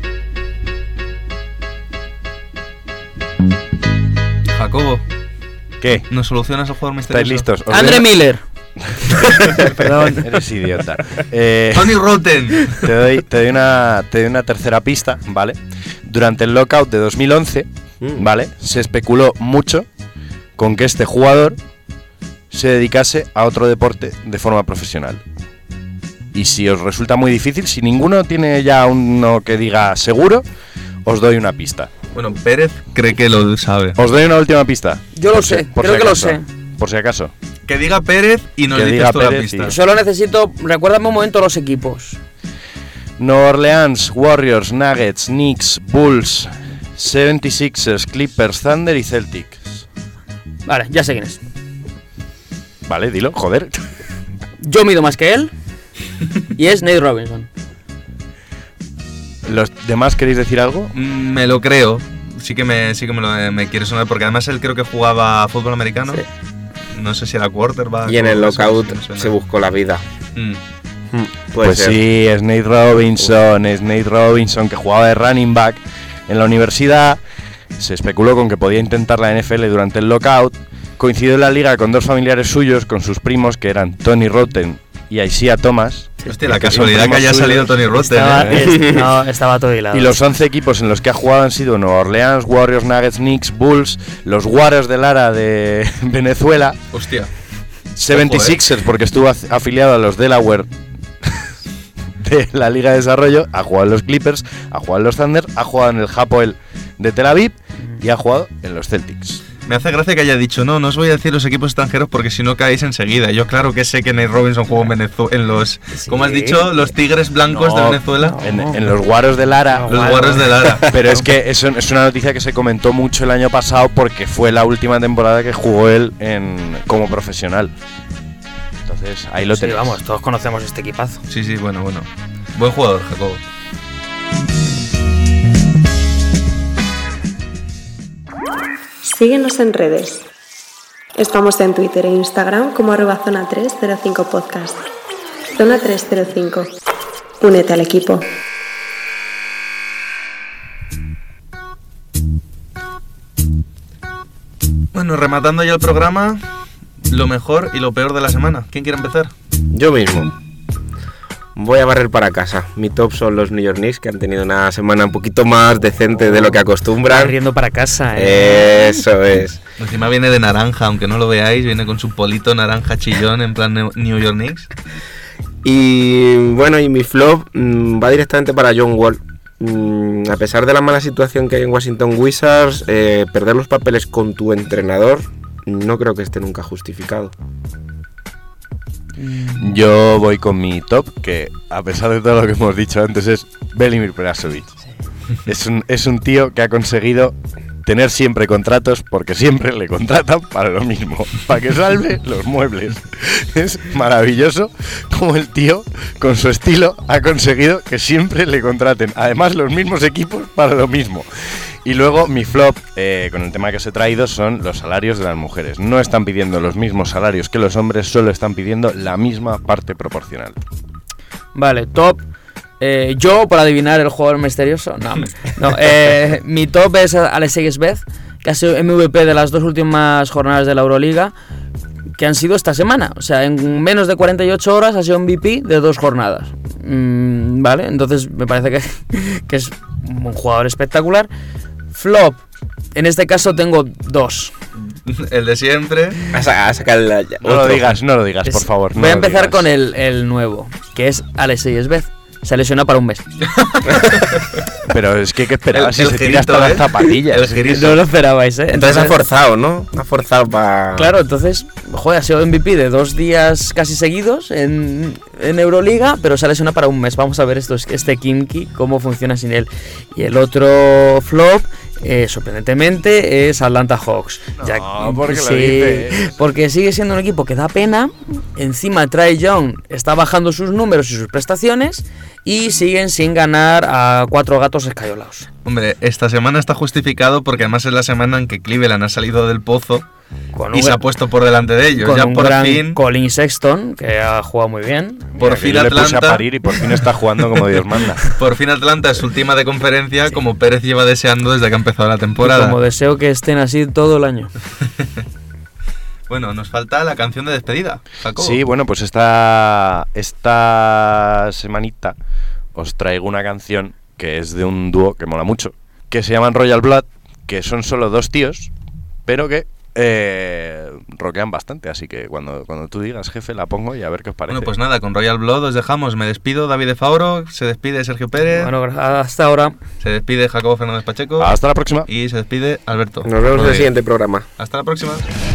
Jacobo, ¿Qué? ¿Nos solucionas el jugador misterioso? ¿Estáis listos? Os Andre doy- Miller. Perdón. Eres idiota. Tony Rotten. Te doy una tercera pista, ¿vale? Durante el lockout de 2011, ¿vale? Se especuló mucho con que este jugador se dedicase a otro deporte de forma profesional. Y si os resulta muy difícil, si ninguno tiene ya uno que diga seguro, os doy una pista. Bueno, Pérez cree que lo sabe. Os doy una última pista. Yo lo sé, por creo si que lo acaso. sé. Por si acaso. Que diga Pérez y nos Que dices diga tú la Pérez pista. y- Solo necesito, recuérdame un momento los equipos. Nueva Orleans, Warriors, Nuggets, Knicks, Bulls, 76ers, Clippers, Thunder y Celtics. Vale, ya sé quién es. Vale, dilo, joder. Yo mido más que él y es Nate Robinson. ¿Los demás queréis decir algo? Me lo creo. Sí que me quiere sonar porque además él creo que jugaba fútbol americano. Sí. No sé si era quarterback. Y en el o cosas lockout así, me suena. se buscó la vida. Mm. Puede Pues ser. sí, es Nate Robinson, que jugaba de running back en la universidad. Se especuló con que podía intentar la NFL durante el lockout. Coincidió en la liga con dos familiares suyos, con sus primos, que eran Tony Rotten y Isaiah Thomas. Hostia, la que son casualidad que primos haya suyos. salido Tony Rotten. Estaba todo hilado. Y los 11 equipos en los que ha jugado han sido Nueva Orleans, Warriors, Nuggets, Knicks, Bulls, los Warriors de Lara de Venezuela, Hostia. 76ers porque estuvo afiliado a los Delaware de la Liga de Desarrollo, ha jugado en los Clippers, ha jugado en los Thunder, ha jugado en el Hapoel de Tel Aviv y ha jugado en los Celtics. Me hace gracia que haya dicho, no os voy a decir los equipos extranjeros porque si no caéis enseguida. Yo claro que sé que Nate Robinson jugó en Venezuela, en los, Sí. ¿cómo has dicho? Los Tigres Blancos de No, Venezuela. En los Guaros de Lara. Los Guarros de Lara. Pero es que eso es una noticia que se comentó mucho el año pasado porque fue la última temporada que jugó él como profesional. Entonces, ahí lo Sí, tenéis. vamos, todos conocemos este equipazo. Sí, bueno. Buen jugador, Jacobo. Síguenos en redes. Estamos en Twitter e Instagram como @zona305podcast. Zona 305. Únete al equipo. Bueno, rematando ya el programa, lo mejor y lo peor de la semana. ¿Quién quiere empezar? Yo mismo. Voy a barrer para casa. Mi top son los New York Knicks, que han tenido una semana un poquito más decente de lo que acostumbran. Riendo para casa, Eso es. Encima viene de naranja, aunque no lo veáis, viene con su polito naranja chillón en plan New York Knicks. Y bueno, y mi flop va directamente para John Wall. A pesar de la mala situación que hay en Washington Wizards, perder los papeles con tu entrenador no creo que esté nunca justificado. Yo voy con mi top, que a pesar de todo lo que hemos dicho antes, es Velimir Perasovic. Es un tío que ha conseguido tener siempre contratos porque siempre le contratan para lo mismo, para que salve los muebles. Es maravilloso como el tío, con su estilo, ha conseguido que siempre le contraten, además los mismos equipos para lo mismo. Y luego mi flop, con el tema que os he traído, son los salarios de las mujeres. No están pidiendo los mismos salarios que los hombres, solo están pidiendo la misma parte proporcional. Vale, top. Yo, por adivinar el jugador misterioso, no. Mi top es Alexei Esvez, que ha sido MVP de las dos últimas jornadas de la Euroliga, que han sido esta semana. O sea, en menos de 48 horas ha sido MVP de 2 jornadas. Vale, entonces me parece que es un jugador espectacular. Flop, en este caso tengo 2. El de siempre. A sacar No lo digas, por favor. no Voy a lo empezar digas. con el nuevo, que es Alexei Esvez. Se lesiona para un mes. Pero es que hay que esperar si El se tira hasta girito, las zapatillas. El girito. No lo esperabais, ¿eh? Entonces ha forzado, ¿no? Ha forzado para... Claro, entonces, joder, ha sido MVP de 2 días casi seguidos en Euroliga, pero se ha lesionado para un mes. Vamos a ver este Kimki, cómo funciona sin él. Y el otro flop, sorprendentemente, es Atlanta Hawks. No, ¿por qué lo dices? Porque sigue siendo un equipo que da pena. Encima, Trae Young está bajando sus números y sus prestaciones y siguen sin ganar a 4 gatos escayolados. Hombre, esta semana está justificado porque además es la semana en que Cleveland ha salido del pozo y se ha puesto por delante de ellos. Con Ya un por gran fin, Colin Sexton, que ha jugado muy bien. por Mira, que fin yo le puse a Atlanta, parir y por fin está jugando como Dios manda. por fin Atlanta es su última de conferencia, como Pérez lleva deseando desde que ha empezado la temporada. Como deseo que estén así todo el año. Bueno, nos falta la canción de despedida, Jacobo. Sí, bueno, pues esta semanita os traigo una canción que es de un dúo que mola mucho, que se llaman Royal Blood, que son solo 2 tíos, pero que rockean bastante, así que cuando tú digas, jefe, la pongo y a ver qué os parece. Bueno, pues nada, con Royal Blood os dejamos. Me despido, David de Fauro, se despide Sergio Pérez, Bueno, hasta ahora. se despide Jacobo Fernández Pacheco Hasta la próxima. y se despide Alberto. Nos vemos en el Rodríguez. siguiente programa. Hasta la próxima.